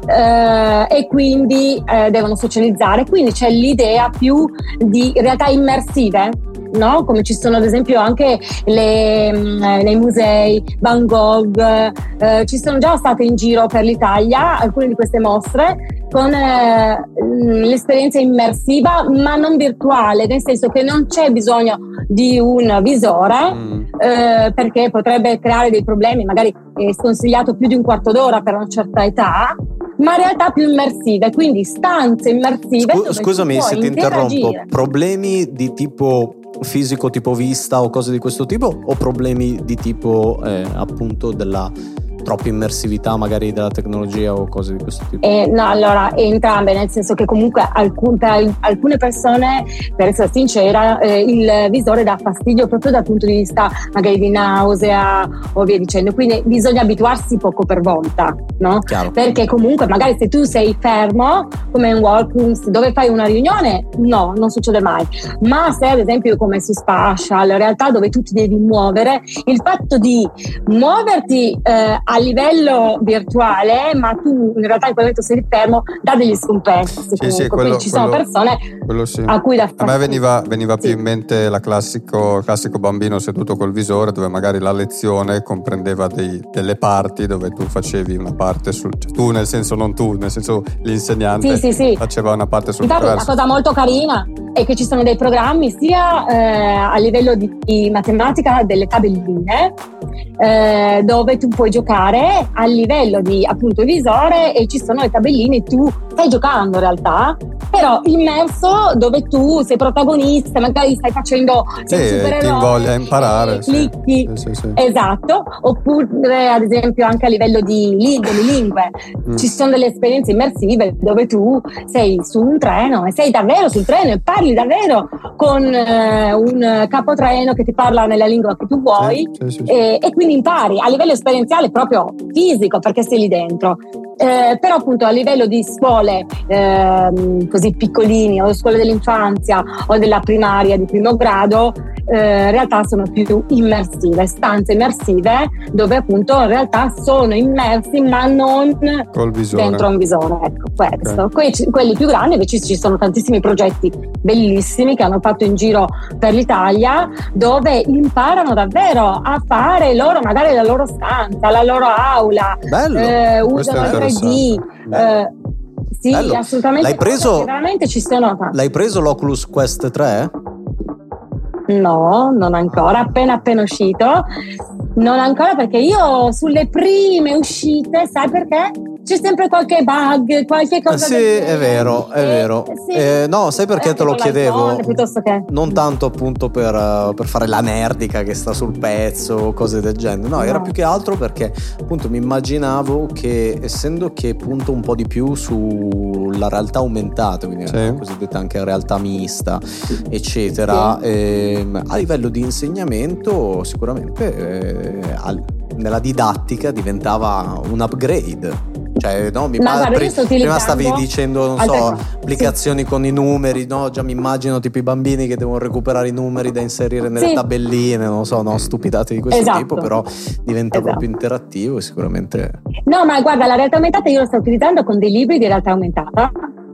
eh, e quindi eh, devono socializzare, quindi c'è l'idea più di realtà immersive, no? Come ci sono ad esempio anche le, nei musei Van Gogh, eh, ci sono già state in giro per l'Italia alcune di queste mostre con eh, l'esperienza immersiva, ma non virtuale, nel senso che non c'è bisogno di un visore, mm. eh, perché potrebbe creare dei problemi, magari è sconsigliato più di un quarto d'ora per una certa età, ma in realtà più immersive, quindi stanze immersive. Scu- scusami se ti interrompo, problemi di tipo fisico, tipo vista o cose di questo tipo, o problemi di tipo eh, appunto della troppa immersività magari della tecnologia o cose di questo tipo? Eh, no, allora entrambe, nel senso che comunque alcun, per alcune persone, per essere sincera, eh, il visore dà fastidio proprio dal punto di vista magari di nausea o via dicendo, quindi bisogna abituarsi poco per volta, no? Chiaro. Perché comunque magari se tu sei fermo come in Walkrooms dove fai una riunione, no, non succede mai, ma se ad esempio come su Spatial, in realtà dove tu ti devi muovere, il fatto di muoverti eh, a livello virtuale, ma tu in realtà in quel momento sei fermo, dà degli scompensi. Sì, sì, quello, ci quello, sono persone sì. a cui da fastidio. A me veniva, veniva sì. più in mente la classico, classico bambino seduto col visore, dove magari la lezione comprendeva dei, delle parti dove tu facevi una parte sul, cioè tu nel senso non tu, nel senso l'insegnante sì, sì, sì. faceva una parte sul Infatti una cosa molto carina è che ci sono dei programmi sia eh, a livello di, di matematica, delle tabelline eh, dove tu puoi giocare a livello di appunto visore, e ci sono le tabelline, tu stai giocando in realtà, però immerso, dove tu sei protagonista, magari stai facendo sì, ti invoglia a imparare, clicchi, sì. Sì, sì, sì. Esatto, oppure ad esempio anche a livello di delle lingue mm. ci sono delle esperienze immersive dove tu sei su un treno e sei davvero sul treno e parli davvero con eh, un capotreno che ti parla nella lingua che tu vuoi, sì, sì, sì, sì. E, e quindi impari a livello esperienziale proprio fisico perché sei lì dentro. Eh, però appunto a livello di scuole eh, così piccolini o scuole dell'infanzia o della primaria di primo grado eh, in realtà sono più immersive, stanze immersive dove appunto in realtà sono immersi ma non col visore. Dentro un visore, ecco questo. Okay. Que- quelli più grandi invece ci sono tantissimi progetti bellissimi che hanno fatto in giro per l'Italia dove imparano davvero a fare loro magari la loro stanza, la loro aula. Bello, eh, usano il tre D. Eh, sì, Bello. Assolutamente. L'hai preso, veramente ci sono. L'hai preso l'Oculus Quest tre? No, non ancora, appena appena uscito. Non ancora, perché io sulle prime uscite, sai perché? C'è sempre qualche bug, qualche cosa. Sì, è vero, è vero. Sì. Eh, no, sai perché eh, te lo chiedevo? Che... Non tanto appunto per, uh, per fare la nerdica che sta sul pezzo o cose del genere. No, no, era più che altro perché appunto mi immaginavo che, essendo che punto un po' di più sulla realtà aumentata, quindi sì. la cosiddetta anche realtà mista, eccetera, sì. eh, a livello di insegnamento sicuramente eh, al, nella didattica diventava un upgrade. Cioè, no, mi ma guarda, pri- prima stavi dicendo, non so, cose. applicazioni sì. con i numeri, no? Già mi immagino tipo i bambini che devono recuperare i numeri da inserire nelle sì. tabelline, non so, no, stupidate di questo esatto. tipo, però diventa esatto. proprio interattivo e sicuramente. No, ma guarda, la realtà aumentata io la sto utilizzando con dei libri di realtà aumentata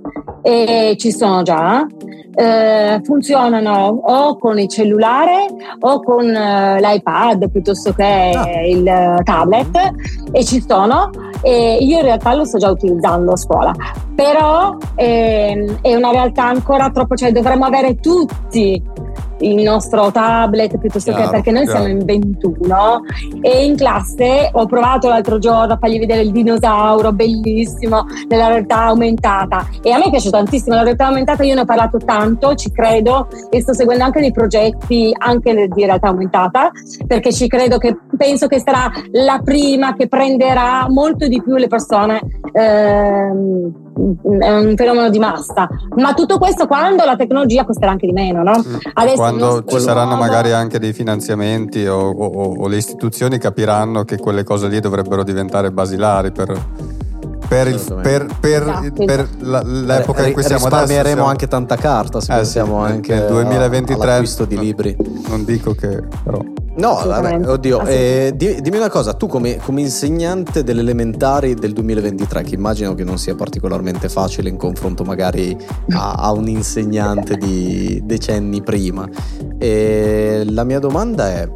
e ci sono già. Eh, funzionano o con il cellulare o con eh, l'iPad piuttosto che ah. il tablet, e ci sono, e io in realtà lo sto già utilizzando a scuola, però eh, è una realtà ancora troppo, cioè dovremmo avere tutti il nostro tablet piuttosto chiaro, che perché noi chiaro. siamo in ventuno e in classe ho provato l'altro giorno a fargli vedere il dinosauro bellissimo nella realtà aumentata, e a me piace tantissimo la realtà aumentata, io ne ho parlato tanto, ci credo, e sto seguendo anche dei progetti anche di realtà aumentata perché ci credo, che penso che sarà la prima che prenderà molto di più le persone, ehm, è un fenomeno di massa, ma tutto questo quando la tecnologia costerà anche di meno, no? Adesso quando ci saranno nuovo... magari anche dei finanziamenti o, o, o le istituzioni capiranno che quelle cose lì dovrebbero diventare basilari per, per, il, per, per, esatto. per la, l'epoca in cui siamo adesso. Risparmieremo anche tanta carta se eh, pensiamo sì, anche nel duemilaventitré all'acquisto di libri. Non dico che però no, vabbè, oddio, eh, dimmi una cosa, tu come, come insegnante delle elementari del duemilaventitré, che immagino che non sia particolarmente facile in confronto magari a, a un insegnante di decenni prima, eh, la mia domanda è,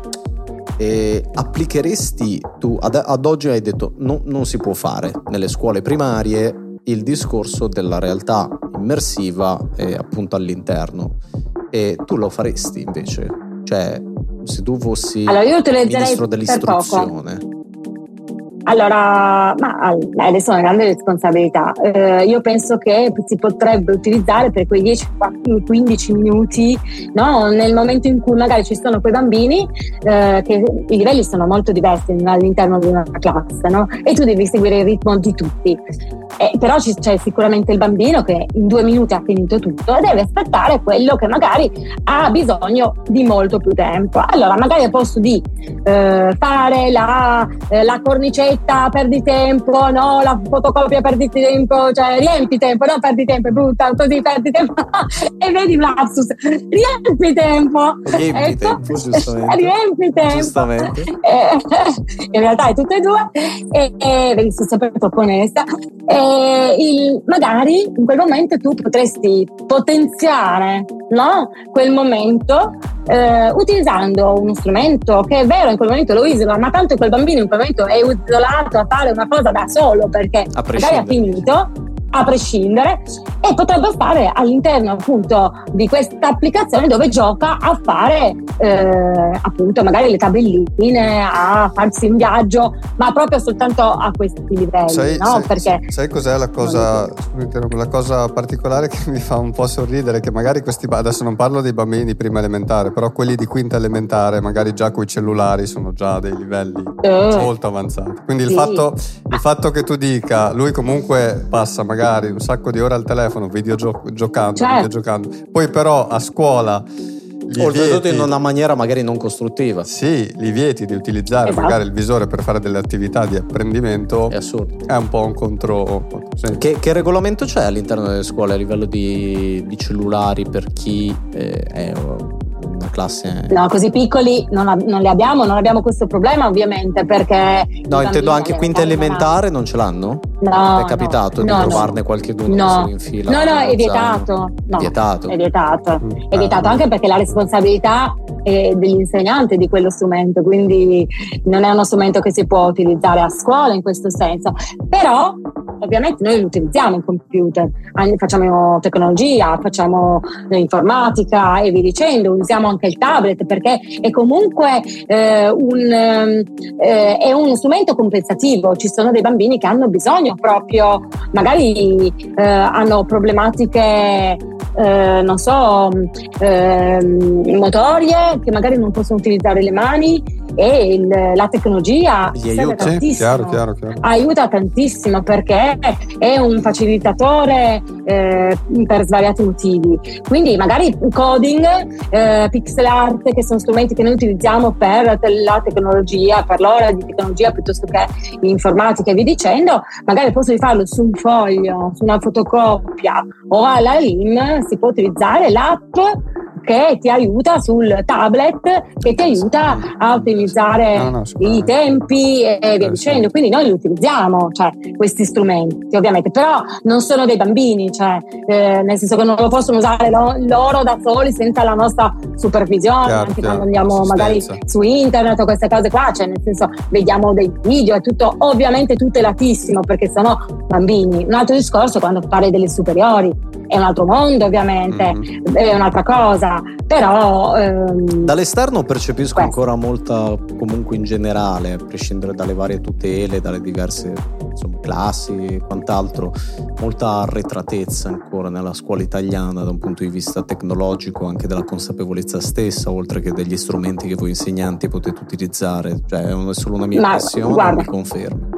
eh, applicheresti tu, ad, ad oggi hai detto no, non si può fare nelle scuole primarie il discorso della realtà immersiva e appunto all'interno. E tu lo faresti invece? Cioè, se tu fossi allora, io ministro dell'istruzione. Allora, ma adesso è una grande responsabilità. Eh, io penso che si potrebbe utilizzare per quei dieci quindici minuti, no? Nel momento in cui magari ci sono quei bambini eh, che i livelli sono molto diversi all'interno di una classe, no? E tu devi seguire il ritmo di tutti. Eh, però c'è sicuramente il bambino che in due minuti ha finito tutto e deve aspettare quello che magari ha bisogno di molto più tempo. Allora magari al posto di eh, fare la, eh, la cornicetta perdi tempo, no, la fotocopia perdi tempo, cioè riempi tempo, non perdi tempo, è brutta, così perdi tempo e vedi un lapsus, riempi tempo, riempi ecco. tempo, giustamente. riempi tempo, giustamente. Eh, in realtà è tutte e due e, e devi essere sempre troppo onesta. E il, magari in quel momento tu potresti potenziare, no? quel momento eh, utilizzando uno strumento che è vero in quel momento lo isola, ma tanto quel bambino in quel momento è isolato a fare una cosa da solo perché magari ha finito a prescindere e potrebbe stare all'interno appunto di questa applicazione dove gioca a fare eh, appunto magari le tabelline, a farsi un viaggio, ma proprio soltanto a questi livelli, sai, no? sai, Perché sai cos'è la cosa la cosa particolare che mi fa un po' sorridere, che magari questi, adesso non parlo dei bambini di prima elementare, però quelli di quinta elementare magari già coi cellulari sono già dei livelli eh, molto avanzati, quindi sì. il fatto il fatto che tu dica lui comunque passa magari un sacco di ore al telefono videogio- giocando, certo. videogiocando, poi però a scuola oltretutto in una maniera magari non costruttiva, sì, li vieti di utilizzare esatto. magari il visore per fare delle attività di apprendimento, è assurdo, è un po' un contro sì. che, che regolamento c'è all'interno delle scuole a livello di, di cellulari per chi eh, è una classe? No, così piccoli non, ab- non li abbiamo, non abbiamo questo problema ovviamente perché no, intendo anche quinta elementare non ce l'hanno? No, è capitato no, di no, trovarne no. qualcheduno no. in fila? No, no, è vietato. No, è vietato. È vietato, mm. è vietato anche perché la responsabilità è dell'insegnante di quello strumento, quindi non è uno strumento che si può utilizzare a scuola in questo senso. Però ovviamente noi lo utilizziamo il computer, facciamo tecnologia, facciamo informatica e via dicendo, usiamo anche il tablet perché è comunque eh, un, eh, è uno strumento compensativo. Ci sono dei bambini che hanno bisogno proprio, magari eh, hanno problematiche eh, non so eh, motorie, che magari non possono utilizzare le mani e il, la tecnologia serve tantissimo, sì, chiaro, chiaro, chiaro. aiuta tantissimo perché è un facilitatore eh, per svariati motivi, quindi magari coding, eh, pixel art, che sono strumenti che noi utilizziamo per la tecnologia, per l'ora di tecnologia piuttosto che informatica e via dicendo, magari al posto di farlo su un foglio, su una fotocopia o alla L I M si può utilizzare l'app che ti aiuta sul tablet, che ti aiuta a ottimizzare no, no, i tempi e via dicendo. Quindi noi li utilizziamo, cioè, questi strumenti ovviamente, però non sono dei bambini, cioè, eh, nel senso che non lo possono usare lo, loro da soli senza la nostra supervisione, chiaro, anche chiaro, quando andiamo magari su internet o queste cose qua, cioè nel senso vediamo dei video, è tutto ovviamente tutelatissimo perché sono bambini. Un altro discorso quando parli delle superiori, è un altro mondo ovviamente, mm-hmm. è un'altra cosa, però ehm, dall'esterno percepisco questo. Ancora molta, comunque in generale, a prescindere dalle varie tutele, dalle diverse insomma, classi e quant'altro, molta arretratezza ancora nella scuola italiana da un punto di vista tecnologico, anche della consapevolezza stessa, oltre che degli strumenti che voi insegnanti potete utilizzare. Cioè è solo una mia Ma, impressione, guarda, mi confermo?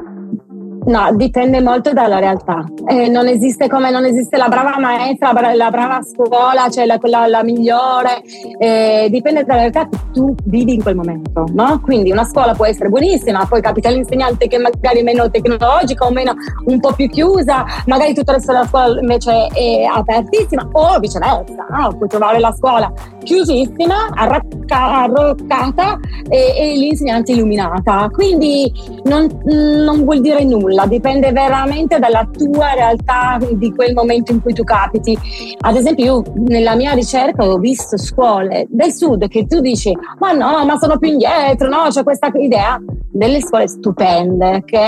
No, dipende molto dalla realtà. Eh, non esiste come non esiste la brava maestra, la, bra- la brava scuola, cioè la, quella la migliore. Eh, dipende dalla realtà che tu vivi in quel momento, no? Quindi una scuola può essere buonissima, poi capita l'insegnante che magari è meno tecnologica o meno un po' più chiusa, magari tutto il resto della scuola invece è apertissima, o viceversa, no? Puoi trovare la scuola chiusissima, arrocca- arroccata e, e l'insegnante illuminata. Quindi non, non vuol dire nulla. Dipende veramente dalla tua realtà di quel momento in cui tu capiti. Ad esempio io nella mia ricerca ho visto scuole del sud che tu dici ma no, ma sono più indietro, no? C'è questa idea delle scuole stupende che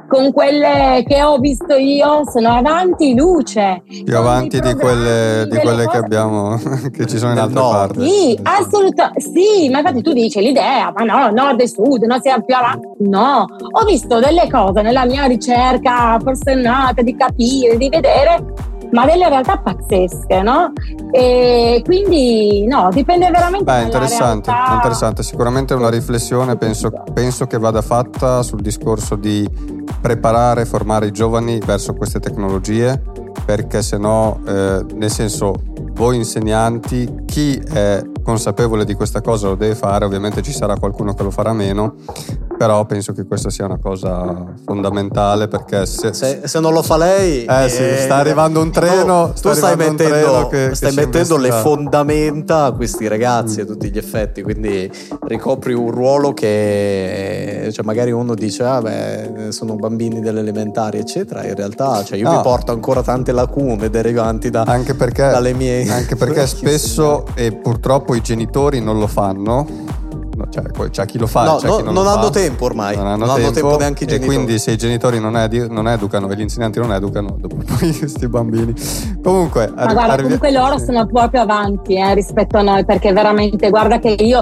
con quelle che ho visto io sono avanti luce. Più avanti di quelle, di quelle che abbiamo, che ci sono in altre no. parti. Sì, assolutamente. Sì, ma infatti tu dici l'idea, ma no, nord e sud, non sia più avanti. No, ho visto delle cose nella mia ricerca forsennata di capire, di vedere, ma delle realtà pazzesche, no? E quindi no, dipende veramente. Beh, interessante, realtà. interessante. Sicuramente una riflessione penso, penso che vada fatta sul discorso di preparare e formare i giovani verso queste tecnologie, perché se no, eh, nel senso, voi insegnanti, chi è consapevole di questa cosa lo deve fare, ovviamente ci sarà qualcuno che lo farà meno, però penso che questa sia una cosa fondamentale, perché se, se, se non lo fa lei eh, eh, sì, sta arrivando un treno, tu, tu stai mettendo, che, stai che mettendo le fondamenta a questi ragazzi a tutti gli effetti, quindi ricopri un ruolo che, cioè, magari uno dice ah beh, sono bambini delle elementari eccetera, in realtà cioè, io no. mi porto ancora tante lacune derivanti da, anche perché, dalle mie anche perché spesso e purtroppo i genitori non lo fanno. No, cioè, c'è chi lo fa, no, c'è no, chi non, non lo hanno fa. tempo ormai, non hanno, non tempo, hanno tempo neanche i genitori. E quindi se i genitori non, ed- non educano e gli insegnanti non educano, dopo poi questi bambini. Comunque, ma arri- guarda, arri- comunque loro sì. sono proprio avanti eh, rispetto a noi, perché veramente, guarda che io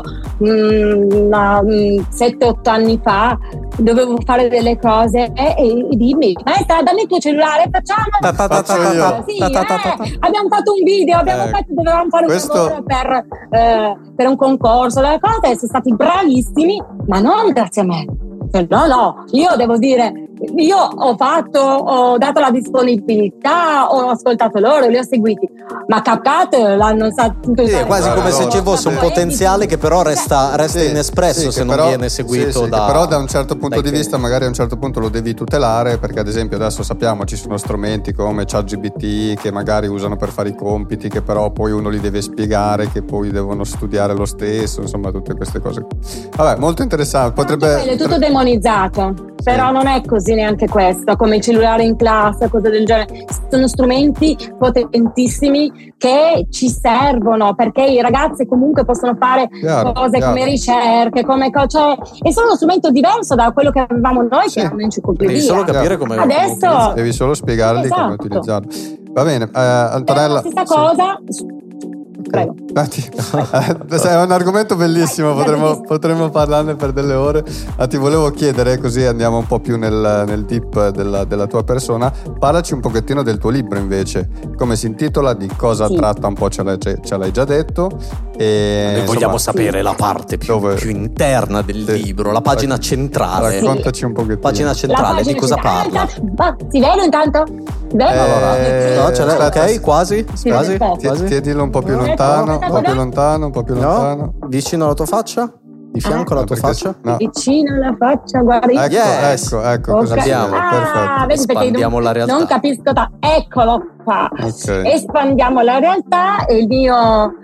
sette otto anni fa dovevo fare delle cose e, e dimmi, maestra, dammi il tuo cellulare, facciamo. Ta ta ta ta ta ta. Sì, eh, abbiamo fatto un video, abbiamo eh, fatto, dovevamo fare questo... un lavoro per, eh, per un concorso, le cose, e sono stati bravissimi, ma non grazie a me. No, no, io devo dire, io ho fatto, ho dato la disponibilità, ho ascoltato loro, li ho seguiti, ma CapCut l'hanno saputo. Sì, è quasi come se ci fosse un potenziale che però resta, resta sì, inespresso sì, se non però, viene seguito sì, sì, da... Però da un certo punto di tempi. vista magari a un certo punto lo devi tutelare, perché ad esempio adesso sappiamo ci sono strumenti come ChatGPT che magari usano per fare i compiti, che però poi uno li deve spiegare, che poi devono studiare lo stesso, insomma tutte queste cose. Vabbè, molto interessante. Potrebbe... È tutto demonizzato. Però non è così neanche questo, come il cellulare in classe, cose del genere. Sono strumenti potentissimi che ci servono, perché i ragazzi comunque possono fare chiaro, cose chiaro. come ricerche, come co- cioè, è solo uno strumento diverso da quello che avevamo noi, sì. che erano enciclopedia. Devi solo capire come adesso come devi solo spiegargli esatto. come utilizzarlo. Va bene, eh, Antonella. È la stessa sì. cosa. Prego. È un argomento bellissimo, potremmo, potremmo parlarne per delle ore. Ma ti volevo chiedere, così andiamo un po' più nel, nel deep della, della tua persona, parlaci un pochettino del tuo libro invece, come si intitola, di cosa sì. tratta, un po' ce l'hai, ce l'hai già detto e, noi insomma, vogliamo sapere sì. la parte più, dove... più interna del sì. libro, la pagina centrale. Raccontaci un pochettino. Pagina centrale, pagina di cosa centrale. parla? Ah, si vede intanto? Eh, allora, no, ce l'hai, ok, quasi, sì, quasi, quasi. Tienilo un po' più lontano, un po' più lontano, un po' più lontano. No, vicino alla tua faccia? Di fianco ah, alla tua faccia? No. Vicino alla faccia, guarda. Ecco, yes. ecco, ecco, okay. Abbiamo. Ah, perfetto. Espandiamo non, la realtà. Non capisco, ta- eccolo qua. Okay. Espandiamo la realtà e il mio...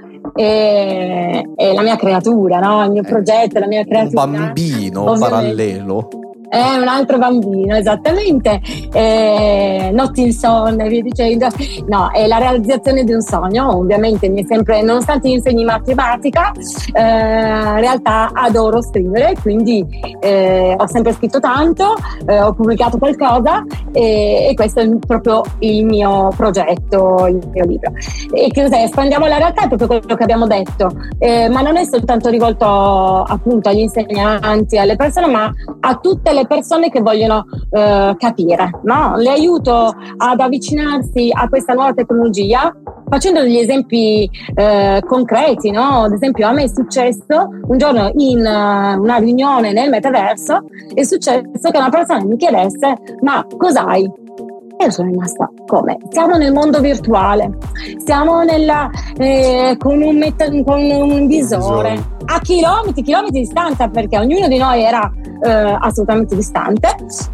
è, è la mia creatura, no? Il mio progetto, la mia creatura. Un bambino ovviamente. Parallelo. È un altro bambino, esattamente. Eh, notti insonne, via dicendo. No, è la realizzazione di un sogno. Ovviamente mi è sempre, nonostante io insegni matematica, eh, in realtà adoro scrivere, quindi eh, ho sempre scritto tanto, eh, ho pubblicato qualcosa e, e questo è proprio il mio progetto, il mio libro. E che cos'è? Espandiamo la realtà, è proprio quello che abbiamo detto, eh, ma non è soltanto rivolto appunto agli insegnanti, alle persone, ma a tutte le le persone che vogliono eh, capire, no? Le aiuto ad avvicinarsi a questa nuova tecnologia facendo degli esempi eh, concreti, no? Ad esempio a me è successo un giorno in uh, una riunione nel metaverso, è successo che una persona mi chiedesse ma cos'hai? E io sono rimasta come? Siamo nel mondo virtuale, siamo nella, eh, con, un meta, con un visore a chilometri, chilometri di distanza, perché ognuno di noi era eh, assolutamente distante,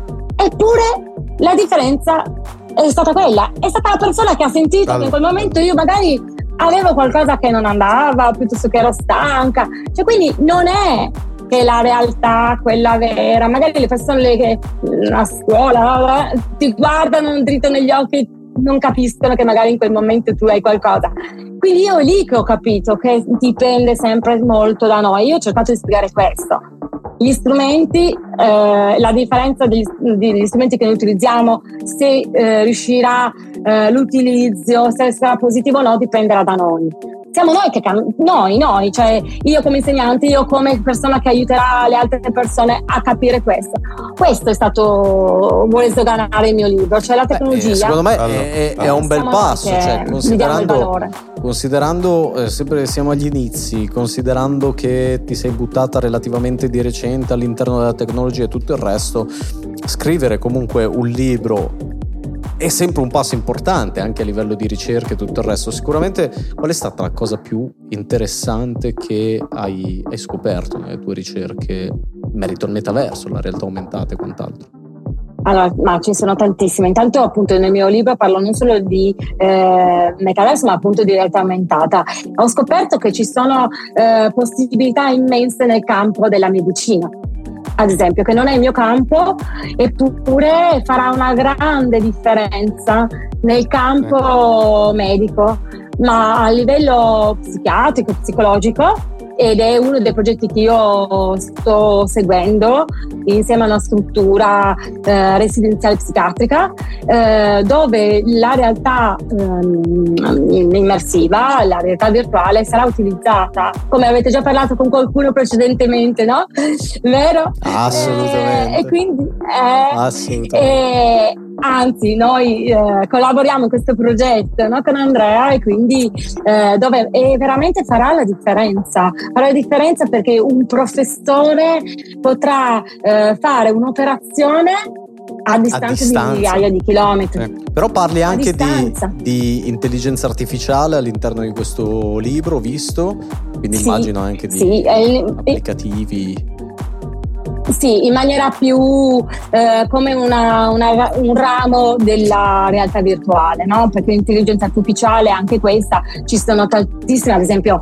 eppure la differenza è stata quella, è stata la persona che ha sentito allora. che in quel momento io magari avevo qualcosa che non andava, piuttosto che ero stanca, cioè quindi non è che la realtà, quella vera, magari le persone che a scuola ti guardano dritto negli occhi, non capiscono che magari in quel momento tu hai qualcosa. Quindi io lì che ho capito che dipende sempre molto da noi. Io ho cercato di spiegare questo. gli strumenti, eh, la differenza degli, degli strumenti che noi utilizziamo, se eh, riuscirà eh, l'utilizzo, se sarà positivo o no, dipenderà da noi. Siamo noi che noi, noi, cioè io come insegnante, io come persona che aiuterà le altre persone a capire questo. Questo è stato, vuole sdoganare il mio libro, cioè la tecnologia. Eh, secondo me è, è, è un bel passo, cioè, considerando, considerando eh, sempre che siamo agli inizi, considerando che ti sei buttata relativamente di recente all'interno della tecnologia e tutto il resto, scrivere comunque un libro è sempre un passo importante anche a livello di ricerca e tutto il resto. Sicuramente qual è stata la cosa più interessante che hai, hai scoperto nelle tue ricerche in merito al metaverso, la realtà aumentata e quant'altro? Allora, ma ci sono tantissime. Intanto appunto nel mio libro parlo non solo di eh, metaverso, ma appunto di realtà aumentata. Ho scoperto che ci sono eh, possibilità immense nel campo della medicina, ad esempio, che non è il mio campo, eppure farà una grande differenza nel campo medico, ma a livello psichiatrico, psicologico, ed è uno dei progetti che io sto seguendo insieme a una struttura eh, residenziale psichiatrica, eh, dove la realtà eh, immersiva, la realtà virtuale sarà utilizzata, come avete già parlato con qualcuno precedentemente, no? Vero? Assolutamente. Eh, e quindi eh, Assolutamente. Eh, anzi, noi eh, collaboriamo in questo progetto, no, con Andrea, e quindi eh, dove e veramente farà la differenza. Farà la differenza perché un professore potrà eh, fare un'operazione a distanza, a distanza. di migliaia di chilometri. Eh. Però parli anche di, di intelligenza artificiale all'interno di questo libro, visto? Quindi sì, immagino anche di sì, eh, applicativi. Sì, in maniera più eh, come una, una, un ramo della realtà virtuale, no? Perché l'intelligenza artificiale, anche questa, ci sono tantissime, ad esempio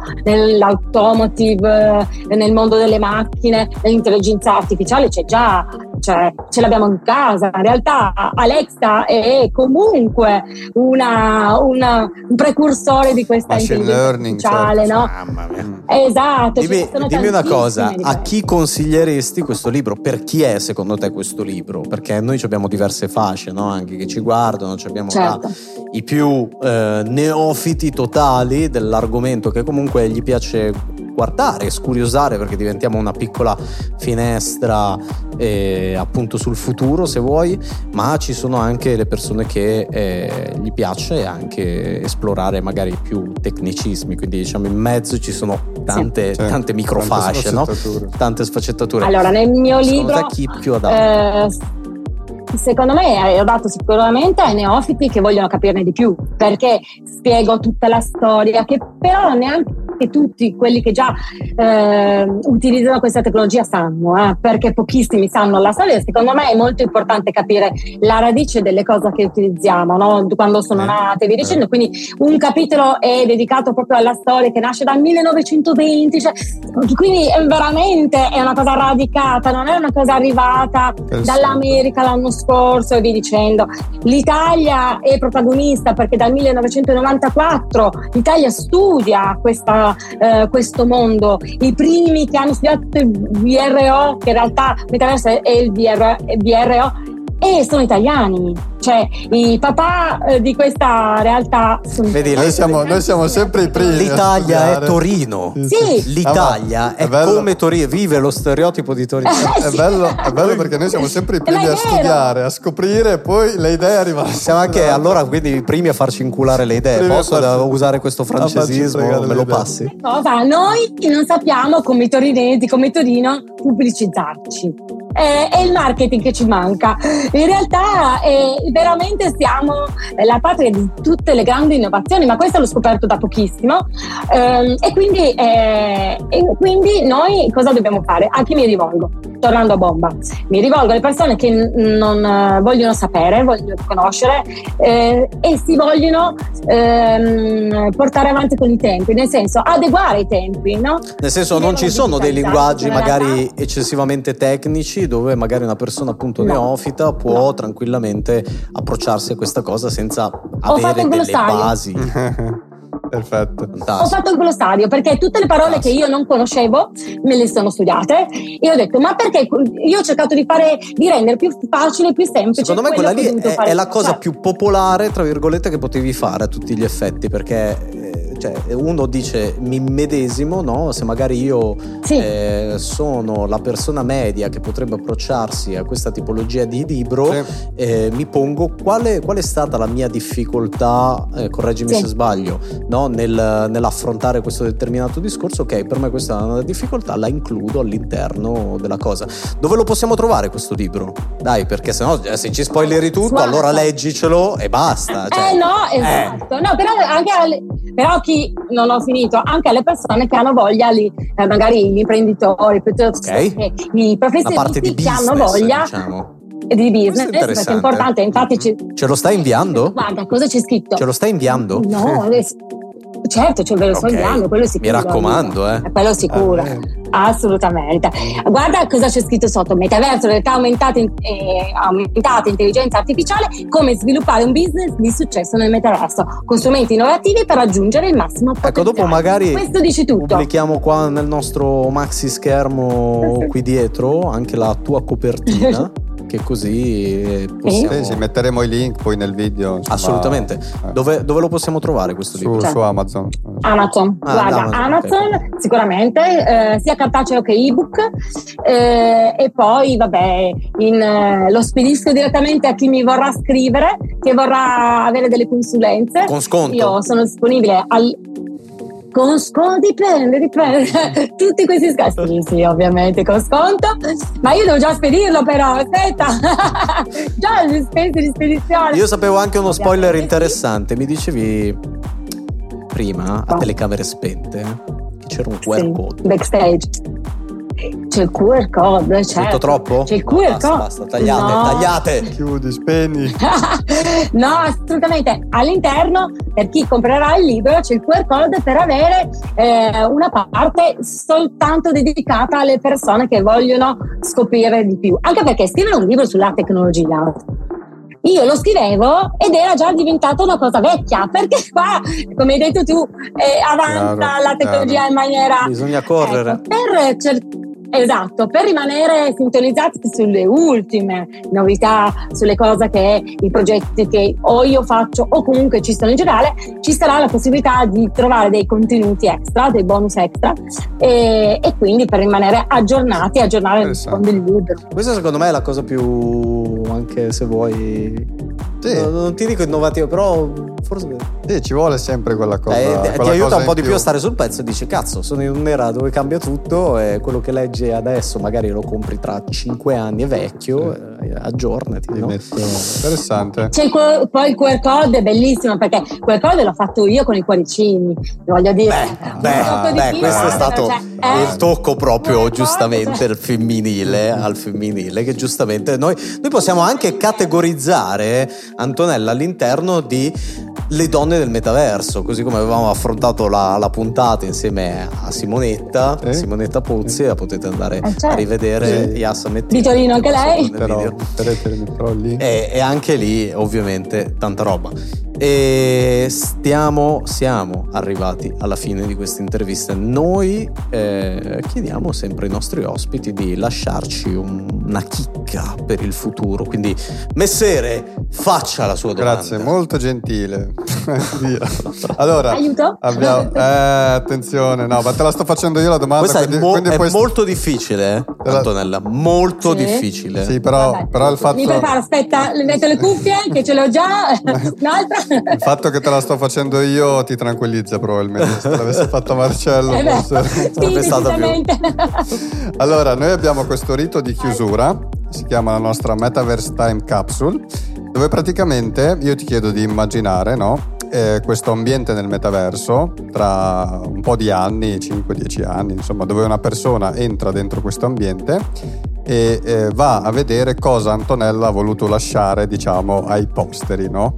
nell'automotive, nel mondo delle macchine, l'intelligenza artificiale c'è già, cioè ce l'abbiamo in casa. In realtà Alexa è comunque una, una, un precursore di questa machine intelligenza learning, artificiale, certo. no? Mamma mia. Esatto. Dimmi, dimmi una cosa, a chi consiglieresti questo libro? Per chi è secondo te questo libro? Perché noi abbiamo diverse fasce, no? Anche che ci guardano, abbiamo certo. i più eh, neofiti totali dell'argomento, che comunque gli piace guardare, scuriosare, perché diventiamo una piccola finestra eh, appunto sul futuro, se vuoi, ma ci sono anche le persone che eh, gli piace anche esplorare magari più tecnicismi, quindi diciamo in mezzo ci sono tante, sì, tante microfasce, no? Tante sfaccettature. Allora, nel mio libro te chi più adatto? Eh, secondo me è adatto sicuramente ai neofiti che vogliono capirne di più, perché spiego tutta la storia, che però neanche tutti quelli che già eh, utilizzano questa tecnologia sanno, eh, perché pochissimi sanno la storia. Secondo me è molto importante capire la radice delle cose che utilizziamo, no? Quando sono nate, vi dicendo. Quindi un capitolo è dedicato proprio alla storia che nasce dal millenovecentoventi, cioè, quindi è veramente è una cosa radicata, non è una cosa arrivata dall'America l'anno scorso e via dicendo. L'Italia è protagonista perché dal millenovecentonovantaquattro l'Italia studia questa Uh, questo mondo. I primi che hanno studiato il V R O, che in realtà metaverso è il V R O, e sono italiani, cioè i papà eh, di questa realtà sono Vedi, noi siamo, noi siamo sempre i primi. L'Italia è Torino. Sì. L'Italia ah, è, è come Torino, vive lo stereotipo di Torino. Eh, è, sì. bello, è bello perché noi siamo sempre i primi a studiare, a scoprire, e poi le idee arrivano. Siamo anche allora quindi i primi a farci inculare le idee. Primi Posso farci, usare questo francesismo? Me lo passi? Cosa? Noi non sappiamo, come i torinesi, come Torino, pubblicizzarci. Eh, è il marketing che ci manca. In realtà eh, veramente siamo la patria di tutte le grandi innovazioni, ma questo l'ho scoperto da pochissimo, eh, e, quindi, eh, e quindi noi cosa dobbiamo fare? A chi mi rivolgo? Tornando a bomba, mi rivolgo alle persone che n- non uh, vogliono sapere, vogliono conoscere eh, e si vogliono ehm, portare avanti con i tempi, nel senso adeguare i tempi, no? Nel senso non ci sono dei linguaggi magari eccessivamente tecnici dove magari una persona appunto no, neofita può no. tranquillamente approcciarsi a questa cosa senza avere delle basi. Perfetto. Ho fatto il glossario perché tutte le parole Fantastico. Che io non conoscevo me le sono studiate e ho detto ma perché io ho cercato di fare di rendere più facile, più semplice. Secondo me quella lì è, è la cosa cioè. più popolare tra virgolette che potevi fare a tutti gli effetti, perché cioè, uno dice mi medesimo, no? Se magari io sì. eh, sono la persona media che potrebbe approcciarsi a questa tipologia di libro, sì. eh, mi pongo quale, qual è stata la mia difficoltà, eh, correggimi sì. se sbaglio, no? Nel, nell'affrontare questo determinato discorso. Ok, per me questa è una difficoltà, la includo all'interno della cosa. Dove lo possiamo trovare questo libro? Dai, perché sennò se ci spoileri tutto Suato. Allora leggicelo e basta. Cioè, eh no, esatto. Eh. No, però anche alle, però chi non ho finito, anche alle persone che hanno voglia lì, eh, magari gli imprenditori piuttosto okay. che i professionisti di che business, hanno voglia diciamo. Di business, perché è importante. Infatti ci... ce lo stai inviando? Guarda cosa c'è scritto. Ce lo stai inviando? No, certo, ce lo sto okay. inviando, quello sicuro. Mi raccomando, eh. Quello sicuro. Eh. Assolutamente. Guarda cosa c'è scritto sotto: metaverso, realtà aumentata, eh, aumentata, intelligenza artificiale, come sviluppare un business di successo nel metaverso, con strumenti innovativi per raggiungere il massimo potenziale. Ecco, dopo magari questo dice tutto. Pubblichiamo qua nel nostro maxi schermo qui dietro anche la tua copertina. Che così possiamo... Sì, sì, metteremo i link poi nel video. Insomma. Assolutamente. Eh. Dove, dove lo possiamo trovare questo su, libro? Su Amazon. Amazon. Ah, Guarda, Amazon, Amazon okay. sicuramente, eh, sia cartaceo che ebook. Eh, e poi, vabbè, in, eh, lo spedisco direttamente a chi mi vorrà scrivere, che vorrà avere delle consulenze. Con sconto? Io sono disponibile al... Con sconto, dipende, dipende. Tutti questi scassi, sì, sì, ovviamente con sconto, ma io devo già spedirlo, però aspetta, già le spese di spedizione. Io sapevo anche uno spoiler interessante. Mi dicevi prima a telecamere spente che c'era un Q R sì, code backstage. C'è il Q R code, certo. Tutto troppo? C'è il Q R basta, code. Basta, tagliate, no. tagliate. Chiudi, spegni. No, assolutamente. All'interno, per chi comprerà il libro, c'è il Q R code per avere eh, una parte soltanto dedicata alle persone che vogliono scoprire di più. Anche perché scrivere un libro sulla tecnologia, io lo scrivevo ed era già diventata una cosa vecchia, perché qua, come hai detto tu, eh, avanza chiaro, la tecnologia chiaro. In maniera... Bisogna correre. Ecco, per cer- Esatto, per rimanere sintonizzati sulle ultime novità, sulle cose che i progetti che o io faccio o comunque ci sono in generale, ci sarà la possibilità di trovare dei contenuti extra, dei bonus extra e, e quindi per rimanere aggiornati, aggiornare il fondo del libro. Questa secondo me è la cosa più, anche se vuoi, sì. non, non ti dico innovativa, però forse sì, ci vuole sempre quella cosa. Eh, quella ti aiuta cosa un po' di più. più a stare sul pezzo e dici cazzo, sono in un'era dove cambia tutto e quello che leggi adesso magari lo compri tra cinque anni, è vecchio, sì. eh, aggiornati, no? Interessante. C'è il, poi il Q R code è bellissimo, perché il Q R code l'ho fatto io con i cuoricini, voglio dire. Beh, beh, beh questo è stato cioè, eh, il tocco proprio giustamente al femminile, al femminile, che giustamente noi, noi possiamo anche categorizzare, Antonella, all'interno di le donne del metaverso, così come avevamo affrontato la, la puntata insieme a Simonetta, eh? Simonetta Pozzi, la potete andare eh certo. a rivedere. Sì. Yassa Di Torino anche lei. Però, e, e anche lì ovviamente tanta roba. E stiamo, siamo arrivati alla fine di questa intervista. Noi eh, chiediamo sempre ai nostri ospiti di lasciarci un, una chicca per il futuro. Quindi, Messere, faccia la sua domanda. Grazie, molto gentile. Allora, aiuto? Abbiamo, eh, attenzione, no, ma te la sto facendo io la domanda. Questa quindi, è, mo- quindi è puoi... molto difficile, eh, la... Antonella. Molto sì. difficile. Sì, però, Vabbè, però il fatto. Mi preparo, aspetta, metto le cuffie che ce l'ho già. Un'altra. Il fatto che te la sto facendo io ti tranquillizza probabilmente. Se l'avessi fatto Marcello, eh forse sì, sarebbe stato più. Allora, noi abbiamo questo rito di chiusura, si chiama la nostra Metaverse Time Capsule, dove praticamente io ti chiedo di immaginare, no? Eh, questo ambiente nel metaverso tra un po' di anni, cinque dieci anni, insomma, dove una persona entra dentro questo ambiente e eh, va a vedere cosa Antonella ha voluto lasciare, diciamo, ai posteri, no?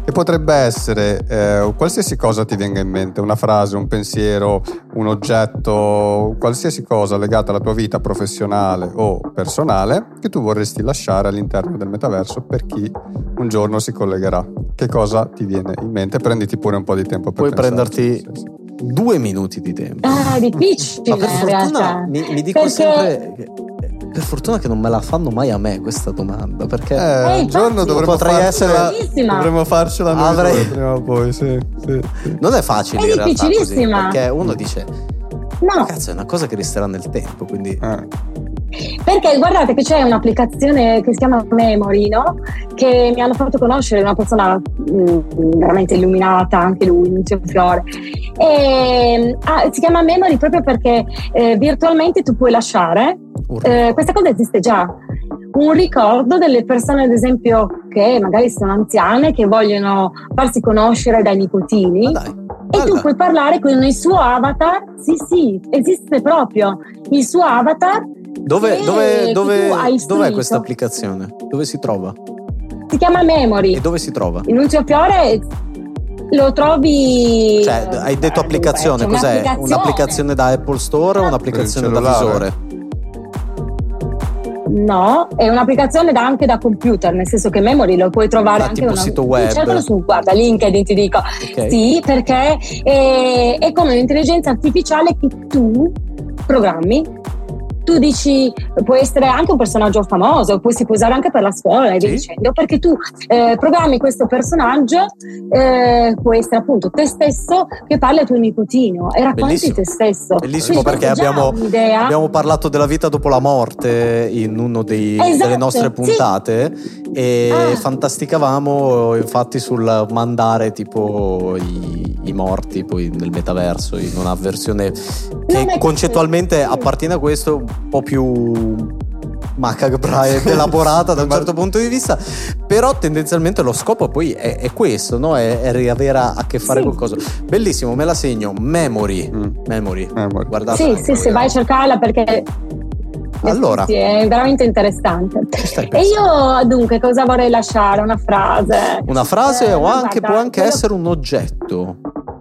che potrebbe essere eh, qualsiasi cosa ti venga in mente, una frase, un pensiero, un oggetto, qualsiasi cosa legata alla tua vita professionale o personale che tu vorresti lasciare all'interno del metaverso per chi un giorno si collegherà. Che cosa ti viene in mente? Prenditi pure un po' di tempo per Puoi pensarci. prenderti Sì, sì. due minuti di tempo. Ah, difficile. Ma per in fortuna realtà. mi, mi dico Perché- sempre che- per fortuna che non me la fanno mai a me questa domanda, perché Eh, Eh, un giorno infatti, dovremmo potrei farcela, essere- dovremmo farcela noi Avrei- due prima o poi, sì, sì, sì. non è facile È in realtà così, difficilissima. perché uno dice No, cazzo, è una cosa che resterà nel tempo, quindi Eh. perché guardate che c'è un'applicazione che si chiama Memory, no? Che mi hanno fatto conoscere una persona mh, veramente illuminata, anche lui, Nunzio Fiore. E, ah, si chiama Memory proprio perché eh, virtualmente tu puoi lasciare, eh, questa cosa esiste già, un ricordo delle persone, ad esempio, che magari sono anziane, che vogliono farsi conoscere dai nipotini. ma dai, E tu bella. puoi parlare con il suo avatar, sì sì, esiste proprio il suo avatar. Dove, che- dove, che dove, tu hai dov'è istruito. questa applicazione? Dove si trova? Si chiama Memory. E dove si trova? Il Nunzio Fiore lo trovi. Cioè, hai detto eh, applicazione, c'è cos'è? un'applicazione. Un'applicazione da Apple Store o un'applicazione Per da il cellulare? visore? No, è un'applicazione da- anche da computer, nel senso che Memory lo puoi trovare Ah, anche tipo una- sito web. Cercalo su, guarda, LinkedIn ti dico. Ok. Sì, perché è, è come un'intelligenza artificiale che tu programmi. Tu dici, puoi essere anche un personaggio famoso, poi si può usare anche per la scuola e via Sì. dicendo, perché tu eh, programmi questo personaggio, eh, può essere appunto te stesso che parli al tuo nipotino e racconti Bellissimo. te stesso. Bellissimo, Quindi perché questa è già abbiamo, un'idea. abbiamo parlato della vita dopo la morte in uno dei, Esatto, delle nostre sì. puntate e Ah. fantasticavamo infatti sul mandare tipo i, i morti poi nel metaverso in una versione che No, ma- concettualmente sì. appartiene a questo, un po' più macabra ed elaborata da un certo punto di vista, però tendenzialmente lo scopo poi è, è questo, no? È, è riavere a che fare Sì. qualcosa. Bellissimo, me la segno. Memory. Mm. Memory. Memory. Guardate. Sì, sì, sì, vai a cercarla perché Allora. sì, è veramente interessante. Ci stai E pensando? io dunque cosa vorrei lasciare? Una frase. Una frase Eh, o ma anche, guarda, può anche quello- essere un oggetto.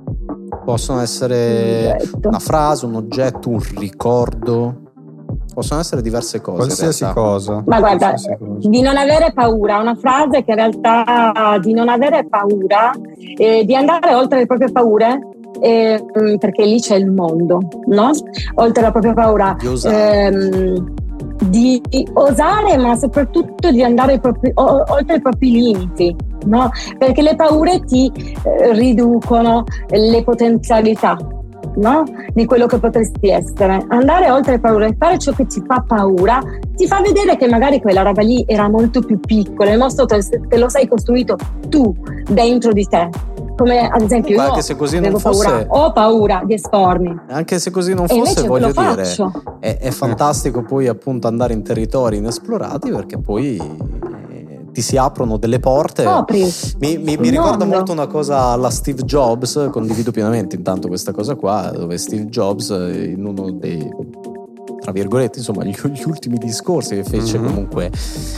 Possono essere Un oggetto. una frase, un oggetto, un ricordo. Possono essere diverse cose. in Qualsiasi realtà. cosa. Ma guarda, Qualsiasi cosa. di non avere paura, una frase che in realtà di non avere paura, eh, di andare oltre le proprie paure, eh, mh, perché lì c'è il mondo, no? Oltre la propria paura. Di osare. ehm, di osare, ma soprattutto di andare ai propri- o- oltre i propri limiti, no? Perché le paure ti eh, riducono le potenzialità, no? Di quello che potresti essere. Andare oltre le paure, fare ciò che ti fa paura, ti fa vedere che magari quella roba lì era molto più piccola, il mostro te, te lo sei costruito tu dentro di te. Come ad esempio Ma io anche se così non avevo fosse- paura, ho paura di espormi. Anche se così non E fosse, invece voglio lo dire, faccio. è, è fantastico poi appunto andare in territori inesplorati perché poi eh, ti si aprono delle porte. Scopri. Mi, mi- mi il ricorda mondo. molto una cosa alla Steve Jobs, condivido pienamente intanto questa cosa qua, dove Steve Jobs eh, in uno dei, tra virgolette, insomma, gli, gli ultimi discorsi che fece Mhm. comunque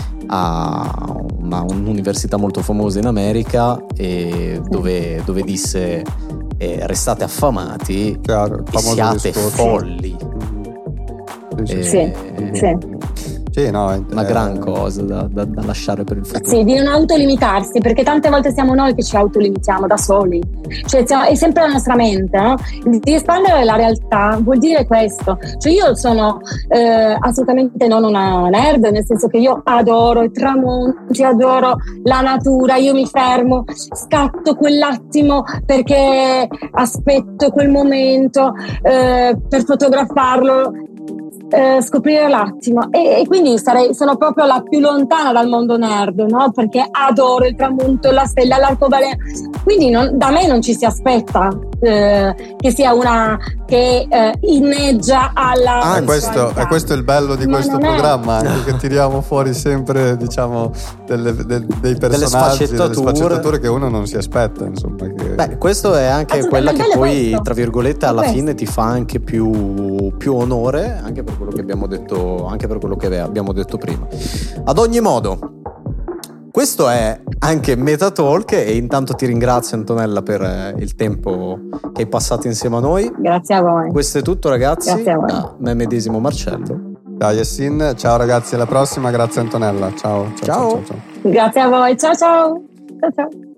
a una, un'università molto famosa in America e dove, dove disse eh, restate affamati Chiaro, il e famoso siate discorso. folli. Mhm. Sì, sì. Sì, Eh, sì. Sì, no, è Una è- gran cosa da, da- da lasciare per il futuro. Sì, di non autolimitarsi, perché tante volte siamo noi che ci autolimitiamo da soli, cioè siamo- è sempre la nostra mente, no? Di espandere la realtà vuol dire questo, cioè io sono eh, assolutamente non una nerd, nel senso che io adoro i tramonti, adoro la natura, io mi fermo, scatto quell'attimo perché aspetto quel momento eh, per fotografarlo, eh, scoprire l'attimo e, e quindi sarei, sono proprio la più lontana dal mondo nerd, no? Perché adoro il tramonto, la stella, l'arcobaleno, quindi non, da me non ci si aspetta eh, che sia una che eh, inneggia alla Ah, Anzi. questo, è questo il bello di Ma questo non è- programma, anche che tiriamo fuori sempre, diciamo, delle, de- dei personaggi, delle sfaccettature. sfaccettature che uno non si aspetta, insomma. Che... Beh, questo è anche Assolutamente, quella che bello poi, questo. tra virgolette, alla Questo. fine ti fa anche più, più onore, anche per quello che abbiamo detto, anche per quello che abbiamo detto prima. Ad ogni modo, questo è anche Metatalk, e intanto ti ringrazio Antonella per il tempo che hai passato insieme a noi. Grazie a voi. Questo è tutto ragazzi, grazie a voi. Da me medesimo Marcello. Da Yassin, ciao ragazzi, alla prossima, grazie Antonella, ciao ciao, ciao. ciao, ciao, ciao. Grazie a voi, ciao ciao ciao ciao.